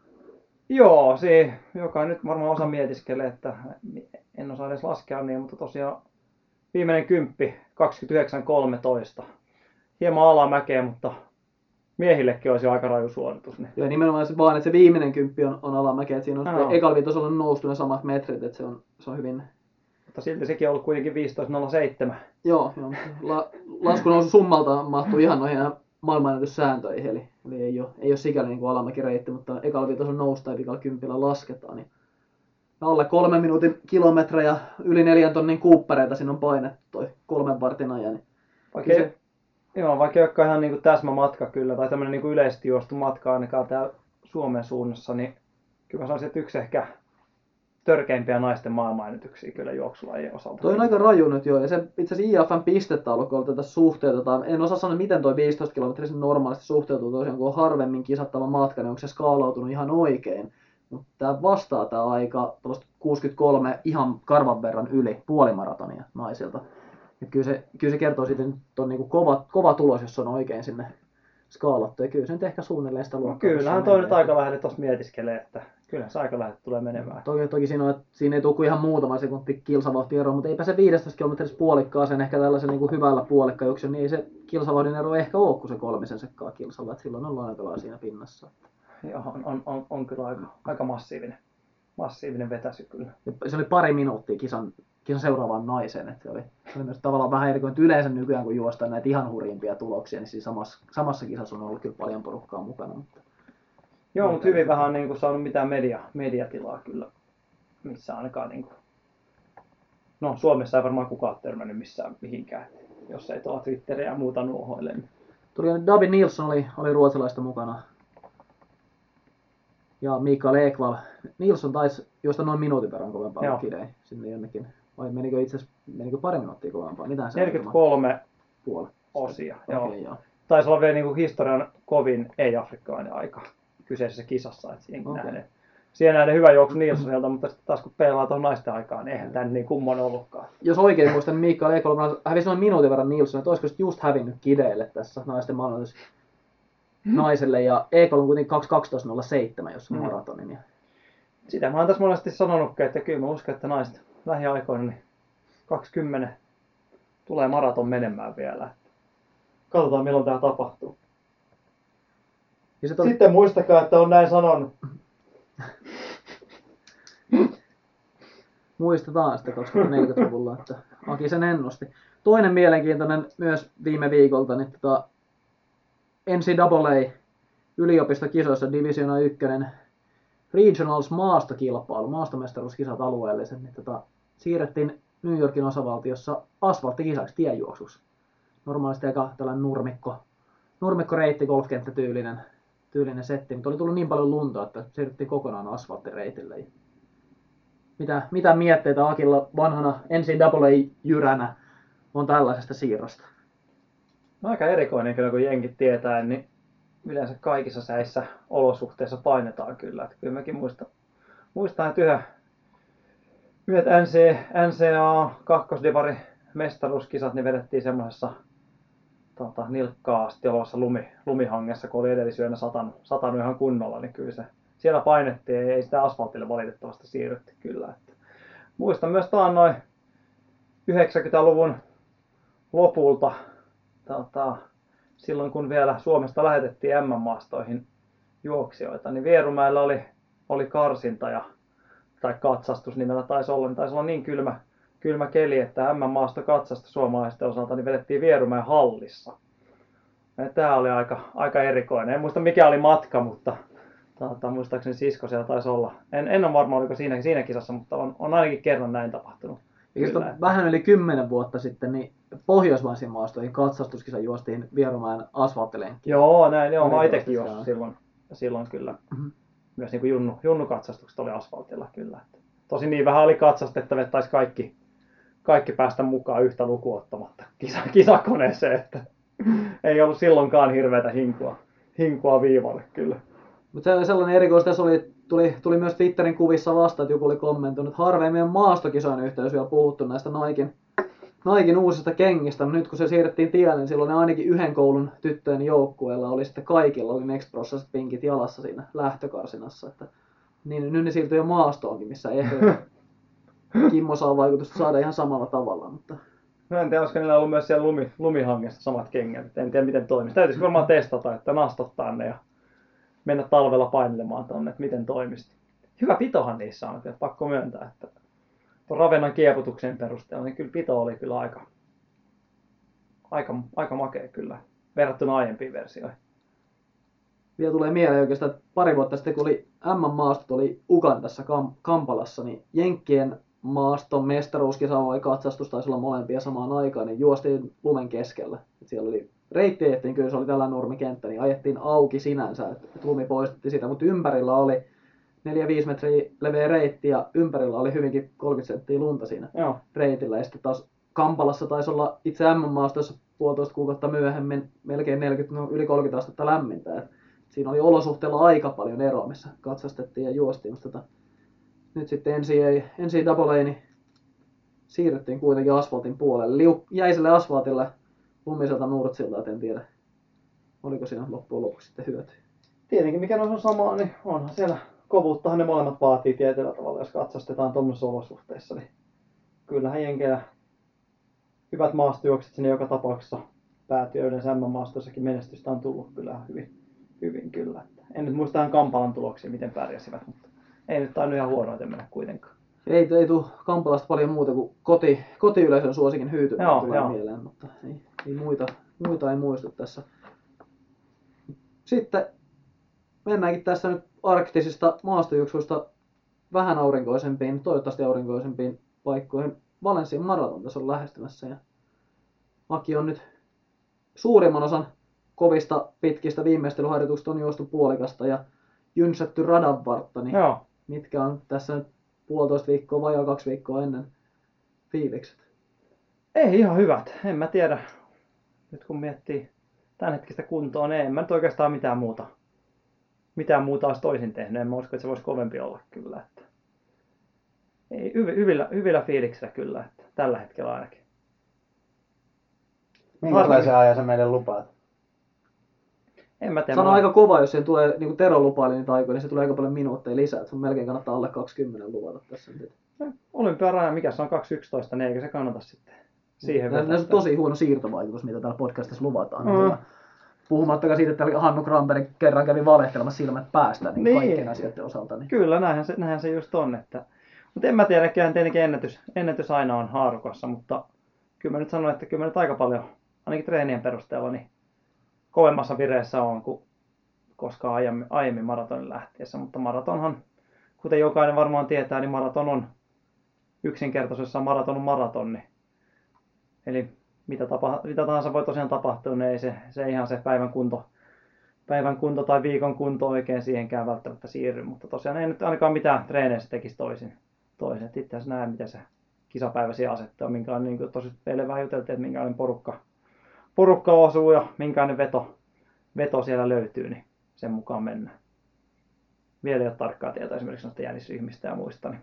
Joo, se, joka nyt varmaan osa mietiskelee, että en osaa edes laskea niin, mutta tosiaan viimeinen kymppi, kaksikymmentäyhdeksän kolmetoista. Hieman alamäkeä, mutta miehillekin olisi aika raju suoritus. Niin. Joo, nimenomaan se vaan, että se viimeinen kymppi on, on alamäkeä, että siinä on no. ekalla viitosella noustu ne samat metrit, että se on, se on hyvin... Mutta silti sekin on ollut kuitenkin viisitoista nolla seitsemän. Joo, joo. La, laskunousu summalta mahtuu ihan noihin maailmanennätyssääntöihin, eli, eli ei, ole, ei ole sikäli niin kuin alamäkireitti, mutta ekalla viitosella nousta ja ekalla kympillä lasketaan. Niin alle kolmen minuutin kilometrejä, yli neljän tonnin kuuppareita siinä on painettu toi kolmen vartin ajan. Niin vaikka, se... joo, vaikka ei olekaan ihan niin kuin täsmämatka kyllä, tai tämmöinen niin kuin yleisesti juostu matka ainakaan täällä Suomen suunnassa, niin kyllä mä sanoisin, että yksi ehkä törkeimpiä naisten maailmanennätyksiä kyllä juoksulajien osalta. Toi on aika raju nyt joo, ja se itse asiassa I F N pistetaulukolta tätä suhteutetaan. En osaa sanoa, miten toi viisitoista kilometriä normaalisti suhteutuu tosiaan, kun on harvemmin kisattava matka, niin onko se skaalautunut ihan oikein. Mutta tämä vastaa tämä aika kuusikymmentäkolme ihan karvan verran yli puolimaratonia naisilta. Et kyllä, se, kyllä se kertoo siitä, että on niinku kova, kova tulos, jos on oikein sinne skaalattu. Ja kyllä se nyt ehkä suunnilleen sitä luokkaa. No kyllähän toi nyt aika lähelle tuossa mietiskelee, että kyllä se aika lähelle tulee menemään. Toki, toki siinä, on, että siinä ei tule kuin ihan muutama sekunti kilsavauhti eroa, mutta eipä se viisitoista kilometrissä puolikkaaseen ehkä tällaisen niin kuin hyvällä puolikkajuoksun, niin ei se kilsavauhdin ero ehkä ole kuin se kolmisen sekkaa kilsalla, että silloin ollaan aika lailla siinä pinnassa. Joo, on, on, on, on kyllä aika, aika massiivinen. massiivinen vetäsy kyllä. Ja se oli pari minuuttia kisan, kisan seuraavaan naiseen. Että se, oli, se oli myös tavallaan vähän erikoinen, että yleensä nykyään kun juostaan näitä ihan hurjimpia tuloksia, niin siinä samassa, samassa kisassa on ollut kyllä paljon porukkaa mukana. Mutta Joo, mutta hyvin vähän on niin kuin saanut mitään media, mediatilaa kyllä missä ainakaan niin kuin... No Suomessa ei varmaan kukaan ole törmännyt missään mihinkään, jos ei tuolla Twitteriä ja muuta nuohoille. Niin... Tuli nyt David Nilsson oli, oli ruotsalaista mukana. Ja Mikael Ekvall. Nilsson taisi juosta noin minuutin verran kovempaa kidei sinne jonnekin. Vai menikö itse asiassa menikö pari minuuttia kovempaa? Mitään se neljäkymmentäkolme puoli osia. Okay, joo. joo. Taisi olla vielä niin kuin historian kovin ei-afrikkalainen aika kyseisessä kisassa. Että siihen okay. nähden. Siihen nähden hyvä juoksu Nilssonilta, mutta sitten taas kun peilaa tuohon naisten aikaan, niin eihän tämän niin kummon ollutkaan. Jos oikein muistan, niin Mikael Ekvall hävisi noin minuutin verran Nilsson, että olisiko sitten just hävinnyt kideille tässä naisten maailmassa naiselle. Ja Ekvall on kuitenkin kaksi kaksitoista nolla seitsemän, jos on mm. maratonin. Ja... Sitä mä oon tässä monesti sanonutkin, että kyllä mä uskon, että naiset lähiaikoina niin kaksikymmentä tulee maraton menemään vielä. Katsotaan milloin tää tapahtuu. Ja sit on... Sitten muistakaa, että on näin sanonut. Muistetaan sitten kaksituhattaneljäkymmentäluvulla, että Aki sen ennusti. Toinen mielenkiintoinen myös viime viikolta, niin tota N C double A yliopistokisoissa Divisiona yksi Regionals maastokilpailu, maastomestaruuskisat alueelliset, niin tota, siirrettiin New Yorkin osavaltiossa asfalttikisaksi tiejuoksuksi. Normaalisti aika tällainen nurmikko, nurmikkoreitti, golfkenttätyylinen tyylinen setti, mutta oli tullut niin paljon lunta, että siirryttiin kokonaan asfalttireitille. Mitä, mitä mietteitä Akilla vanhana N C double A-jyränä on tällaisesta siirrosta? No aika erikoinen kyllä, kun jenkit tietää, niin yleensä kaikissa säissä olosuhteissa painetaan kyllä. Että kyllä mäkin muistan, muistan että yhä, yhdet N C, N C A kakkosdivari mestaruuskisat niin vedettiin semmoisessa tota, nilkkaa asti olevassa lumi, lumihangessa, kun oli edellisyönä satanut, satanut ihan kunnolla, niin kyllä se siellä painettiin, ei sitä asfaltille valitettavasti siirrytty kyllä. Että muistan myös taannoin yhdeksänkymmentäluvun lopulta, tota, silloin kun vielä Suomesta lähetettiin M M-maastoihin juoksijoita, niin Vierumäellä oli, oli karsinta ja, tai katsastus nimellä taisi olla, niin taisi olla niin kylmä, kylmä keli, että M M-maasto katsasta suomalaisten osalta niin vedettiin Vierumäen hallissa. Ja tämä oli aika, aika erikoinen. En muista mikä oli matka, mutta Tata, muistaakseni sisko siellä taisi olla. En, en ole varma oliko siinä, siinä kisassa, mutta on, on ainakin kerran näin tapahtunut. Kyllä, että... Vähän yli kymmenen vuotta sitten niin pohjoismaisiin maastoihin katsastuskisa juostiin Vierumäen asfalttilenkkiin. Joo, näin. Joo, mä itsekin juostin silloin, silloin kyllä. Mm-hmm. Myös niin kuin junnu, junnukatsastukset oli asfaltilla kyllä. Tosin niin vähän oli katsastettavia, että taisi kaikki, kaikki päästä mukaan yhtä lukuun ottamatta kisa, kisakoneeseen. Että ei ollut silloinkaan hirveätä hinkua, hinkua viivalle kyllä. Mutta se oli sellainen erikoista, tässä oli, tuli, tuli myös Twitterin kuvissa vasta, että joku oli kommentoinut, että harvemmin on maastokisojen yhteydessä vielä puhuttu näistä Naikin, Naikin uusista kengistä, mutta nyt kun se siirrettiin tielle, niin silloin ainakin yhden koulun tyttöjen joukkueella oli sitten kaikilla, oli Nexprossaiset pinkit jalassa siinä lähtökarsinassa, että niin nyt ne siirtyi jo maastoonkin, missä ei Kimmo saa vaikutusta saada ihan samalla tavalla, mutta... No en tiedä, olisiko niillä ollut myös siellä lumi, lumihangessa samat kengät, en tiedä miten toimisi. Täytyisi varmaan testata, että nastottaa ne ja mennä talvella painelemaan tuonne, että miten toimisi. Hyvä pitohan niissä on, että pakko myöntää, että tuon Ravennan kieputuksen perusteella, niin kyllä pito oli kyllä aika, aika, aika makea kyllä, verrattuna aiempiin versioihin. Vielä tulee mieleen oikeastaan, että pari vuotta sitten, kun oli M M-maastot oli Ugandassa Kam- Kampalassa, niin Jenkkien maaston mestaruuskisa vai katsastus taisi olla molempia samaan aikaan, niin juostiin lumen keskellä. Et siellä oli reitti ajettiin, kyllä se oli tällainen nurmikenttä, niin ajettiin auki sinänsä, että lumi poistettiin sitä, mutta ympärillä oli neljä viisi metriä leveä reitti ja ympärillä oli hyvinkin kolmekymmentä senttiä lunta siinä Joo. reitillä. Ja sitten taas Kampalassa taisi olla itse M M-maastossa puolitoista kuukautta myöhemmin melkein neljäkymmentä, no yli kolmekymmentä astetta lämmintä. Et siinä oli olosuhteilla aika paljon eroa, missä katsastettiin ja juostiin. Tota, nyt sitten N C double A niin siirrettiin kuitenkin asfaltin puolelle. Liu, jäiselle asfaltille lumiselta nurtsilta, et en tiedä, oliko siinä loppujen lopuksi sitten hyötyä. Tietenkin mikä on samaa, niin onhan siellä kovuuttahan ne molemmat vaatii tietyllä tavalla, jos katsastetaan tuommoisissa olosuhteissa. Niin kyllähän jenkeillä hyvät maastojuokset sinne joka tapauksessa päätyy, yleensä M M-maastossakin menestystä on tullut kyllä hyvin, hyvin kyllä. En nyt muista ihan Kampalan tuloksia, miten pärjäsivät, mutta ei nyt tainnut ihan huonoiten mennä kuitenkaan. Ei, ei tule Kampalasta paljon muuta kuin koti, kotiyleisön suosikin hyyty Joo, tulee joo. mieleen, mutta ei, ei muita, muita ei muistu tässä. Sitten mennäänkin tässä nyt arktisista maastojuoksuista vähän aurinkoisempiin, toivottavasti aurinkoisempiin paikkoihin. Valenssian maraton tässä on lähestymässä ja Aki on nyt suurimman osan kovista pitkistä viimeistelyharjoituksista on juostu puolikasta ja jynsätty radan vartta, niin Joo. mitkä on tässä nyt puolitoista viikkoa, vajaa kaksi viikkoa ennen fiilikset? Ei ihan hyvät, en mä tiedä. Nyt kun miettii tämänhetkistä kuntoa, niin en mä nyt oikeastaan mitään muuta. Mitään muuta olisi toisin tehnyt. En mä usko, että se voisi kovempi olla kyllä. Että ei, hyvillä, hyvillä fiiliksillä kyllä, että tällä hetkellä ainakin. Minkälaisen ajan sä meille lupaat? En mä tiedä. Se on mä... aika kova, jos siihen tulee, niin kuin Tero lupaili niitä aikoja, niin se tulee aika paljon minuutteja lisää. Sun melkein kannattaa alle kaksikymmentä luvata tässä nyt. Olympiaraja, mikä se on kaksi yksitoista, niin eikö se kannata sitten siihen Näissä vetää on tosi huono siirtovaikutus, mitä täällä podcastissa luvataan. Mm. Puhumattakaan siitä, että Hannu Granberg kerran kävi valehtelemassa silmät päästä niin Niin. kaikkien asioiden osalta. Niin. Kyllä, näinhän se, näinhän se just on. Että... Mutta en mä tiedä, kyllä tietenkin ennätys, ennätys aina on haarukassa, mutta kyllä mä nyt sanon, että kyllä mä nyt aika paljon, ainakin treenien perusteella, niin kovemmassa vireessä on kuin koskaan aiemmin, aiemmin maratonin lähtiessä. Mutta maratonhan, kuten jokainen varmaan tietää, niin maraton on yksinkertaisessa maraton on maraton. Niin. Eli mitä, tapa, mitä tahansa voi tosiaan tapahtua, niin ei se, se ihan se päivän kunto, päivän kunto tai viikon kunto oikein siihenkään välttämättä siirry. Mutta tosiaan ei nyt ainakaan mitään treeneissä tekisi toisin. toisin. Itse asiassa näen, miten se kisapäivä siihen asettaa, minkälainen, niin kuin tosi meille vähän juteltiin, että minkälainen porukka, porukka osuu ja minkälainen veto, veto siellä löytyy, niin sen mukaan mennään. Vielä ei ole tarkkaa tietoa esimerkiksi noista jänisryhmistä ja muista. Niin.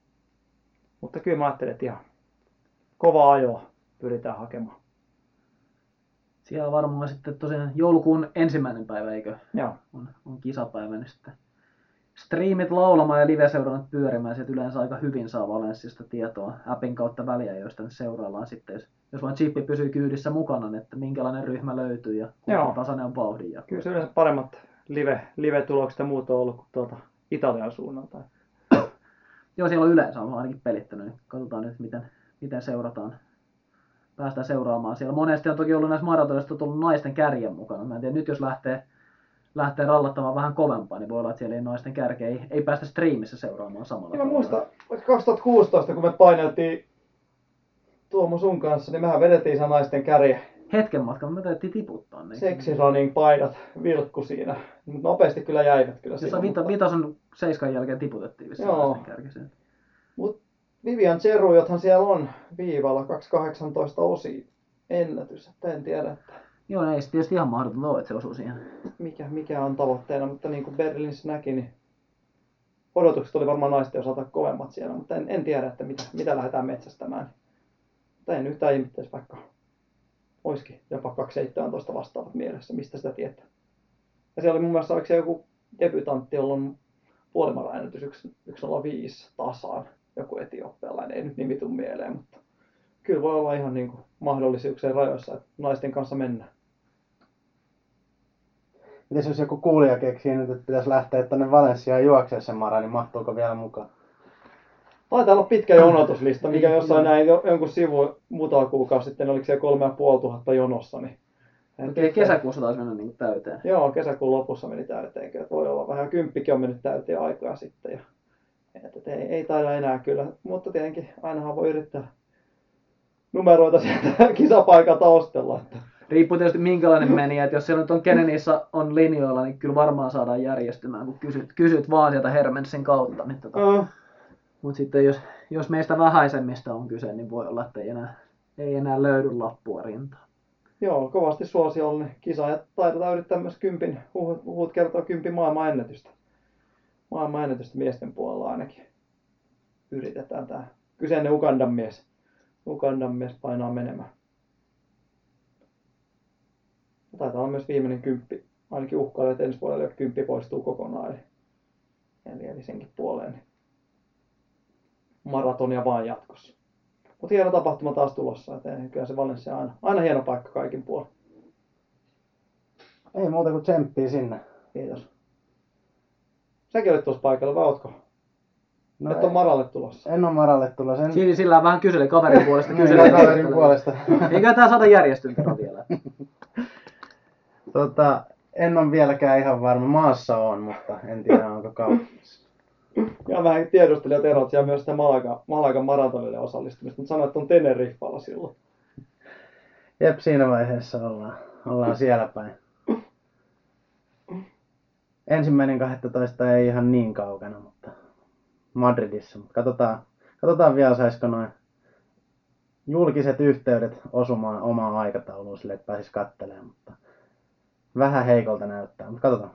Mutta kyllä mä ajattelin, että ihan kova ajoa pyritään hakemaan. Siellä on varmaan sitten tosiaan joulukuun ensimmäinen päivä, eikö? Joo. On, on kisapäivä, niin sitten striimit laulamaan ja live-seurannat pyörimään. Sieltä yleensä aika hyvin saa Valenssista tietoa appin kautta väliä, joista nyt seuraillaan sitten, jos, jos vain chippi pysyy kyydissä mukana, niin että minkälainen ryhmä löytyy ja kuinka Joo. tasainen on vauhdin jako. Kyllä se yleensä paremmat live, live-tulokset ja muut on ollut kuin tuolta Italian suunnalta. Joo, siellä on yleensä on ainakin pelittänyt. Katsotaan nyt, miten, miten seurataan. Päästään seuraamaan. Siellä monesti on toki ollut näissä maratoissa tullut naisten kärjen mukana. Mä en tiedä, nyt jos lähtee, lähtee rallattamaan vähän kovempaa, niin voi olla, että siellä ei naisten kärkeä ei, ei päästä striimissä seuraamaan samalla Niin mä tavalla. muistan, kaksituhattakuusitoista, kun me paineltiin Tuomo sun kanssa, niin mehän vedettiin se naisten kärje. Hetken matkan me täytyy tiputtaa ne. Sexirunning paidat vilkku siinä. Mutta nopeasti kyllä jäivät kyllä Jossa vita, mutta... Vitasen seiskan jälkeen tiputettiin vissiin Joo. naisten kärkiseen. Mut Vivian Cherujothan siellä on viivalla kaksi kahdeksantoista osia ennätys. Että en tiedä, että Joo, ei se tietysti ihan mahdotonta ole, että se osuu siihen. mikä, mikä on tavoitteena, mutta niin kuin Berliinissä näki, niin odotukset oli varmaan naisten osalta kovemmat siellä, mutta en, en tiedä, että mitä, mitä lähdetään metsästämään. Mutta en yhtään ihmettelisi, vaikka olisikin jopa kaksi seitsemäntoista vastaavat mielessä, mistä sitä tietää. Ja siellä oli mun mielestä, oliko se joku debutantti, jolla on puolimaraennätys yksi nolla viisi tasaan, joku etiopialainen, ei nyt nimi tuu mieleen, mutta kyllä voi olla ihan niin kuin mahdollisuuksien rajoissa, että naisten kanssa mennään. Mites jos joku kuulija keksii nyt, että pitäisi lähteä tuonne Valenssiaan juoksemaan sen mara, niin mahtuuko vielä mukaan? Taitaa olla pitkä jonotuslista, mikä jossain näin jo, jonkun sivu muutama kuukausi sitten, oliko siellä kolme ja puoli tuhatta jonossa. Niin Okei, kesäkuussa taisi mennä niin kuin täyteen. Joo, kesäkuun lopussa meni täyteen. Että voi olla vähän kymppikin on mennyt täyteen aikaa sitten. Ja, että ei, ei taida enää kyllä, mutta tietenkin ainahan voi yrittää numeroita sieltä kisapaikalta ostella. Että. Riippuu tietysti minkälainen meni, että jos siellä nyt on Kenenissä on linjoilla, niin kyllä varmaan saadaan järjestymään, kun kysyt, kysyt vaan sieltä Hermensin kautta. Niin tota. Uh. Mutta sitten jos, jos meistä vähäisemmistä on kyse, niin voi olla, että ei enää, ei enää löydy lappua rintaan. Joo, kovasti suosiollinen kisa ja taidetaan yrittää myös kympin, huhut, huhut kertoo kympin maailmanennätystä. Maailmanennätystä miesten puolella ainakin yritetään tää kyseinen Ugandan mies. Ugandan mies painaa menemään. Ja taitaa olla myös viimeinen kymppi. Ainakin uhkailee, että ensi vuodelle kymppi poistuu kokonaan. Eli, eli, eli senkin puoleen. Niin maratonia vaan jatkossa. Mutta hieno tapahtuma taas tulossa. Et kyllä se Valencia aina, aina hieno paikka kaikin puolin. Ei muuta kuin tsemppiä sinne. Kiitos. Säkin olit tuossa paikalla, vai ootko? No Et on Maralle tulossa. En ole Maralle tulossa. En... Siinä sillä vähän kyseli kaverin puolesta. Kyllä kaverin puolesta. Eikä tää saada järjestyntä vielä. tota, en ole vieläkään ihan varma. Maassa on, mutta en tiedä onko kaupassa. Ja vähän tiedustelijat erot ja myös sitä Malaga, Malagan maratonille osallistumista, mutta sanoit, että on Teneriffalla silloin. Jep, siinä vaiheessa ollaan, ollaan siellä päin. Ensimmäinen kaksitoista ei ihan niin kaukana, mutta Madridissa. Mutta katsotaan, katsotaan vielä, saisiko noin julkiset yhteydet osumaan omaan aikatauluun sille, että pääsis katselemaan. Mutta vähän heikolta näyttää, mutta katsotaan.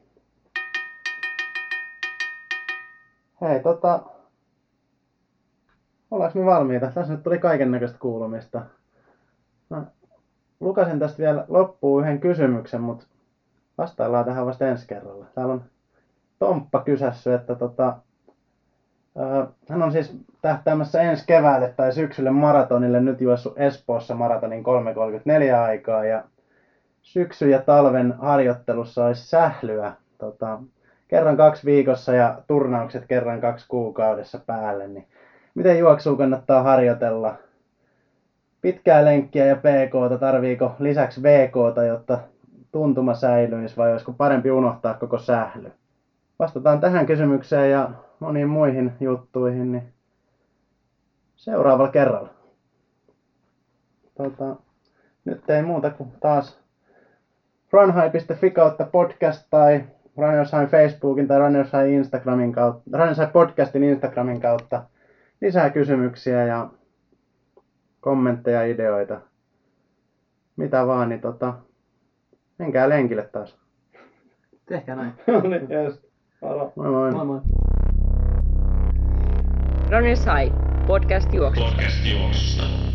Hei, tota... Ollaanko me valmiita? Tässä nyt tuli kaiken näköistä kuulumista. Mä lukasin tästä vielä loppuun yhden kysymyksen, mutta vastaillaan tähän vasta ensi kerralla. Täällä on Tomppa kysässyt, että tota, ää, hän on siis tähtäämässä ensi keväälle tai syksylle maratonille nyt juossut Espoossa maratonin kolme kolmekymmentäneljä aikaa ja syksy- ja talven harjoittelussa olisi sählyä tota, kerran kaksi viikossa ja turnaukset kerran kaksi kuukaudessa päälle. Niin miten juoksua kannattaa harjoitella? Pitkää lenkkiä ja P K:ta, tarviiko lisäksi V K:ta, jotta tuntuma säilyisi vai olisiko parempi unohtaa koko sähly? Vastataan tähän kysymykseen ja moniin muihin juttuihin niin seuraavalla kerralla. Tota, nyt ei muuta kuin taas runhigh piste fi kautta podcast tai Runners High Facebookin tai Runners High Instagramin kautta, Runners High podcastin Instagramin kautta lisää kysymyksiä ja kommentteja, ideoita, mitä vaan, niin tota, menkää lenkille taas. Tehkää näin. No niin, yes. Moro. Moi moi. Moi moi. Runners High, podcast juoksusta. Podcast juoksusta.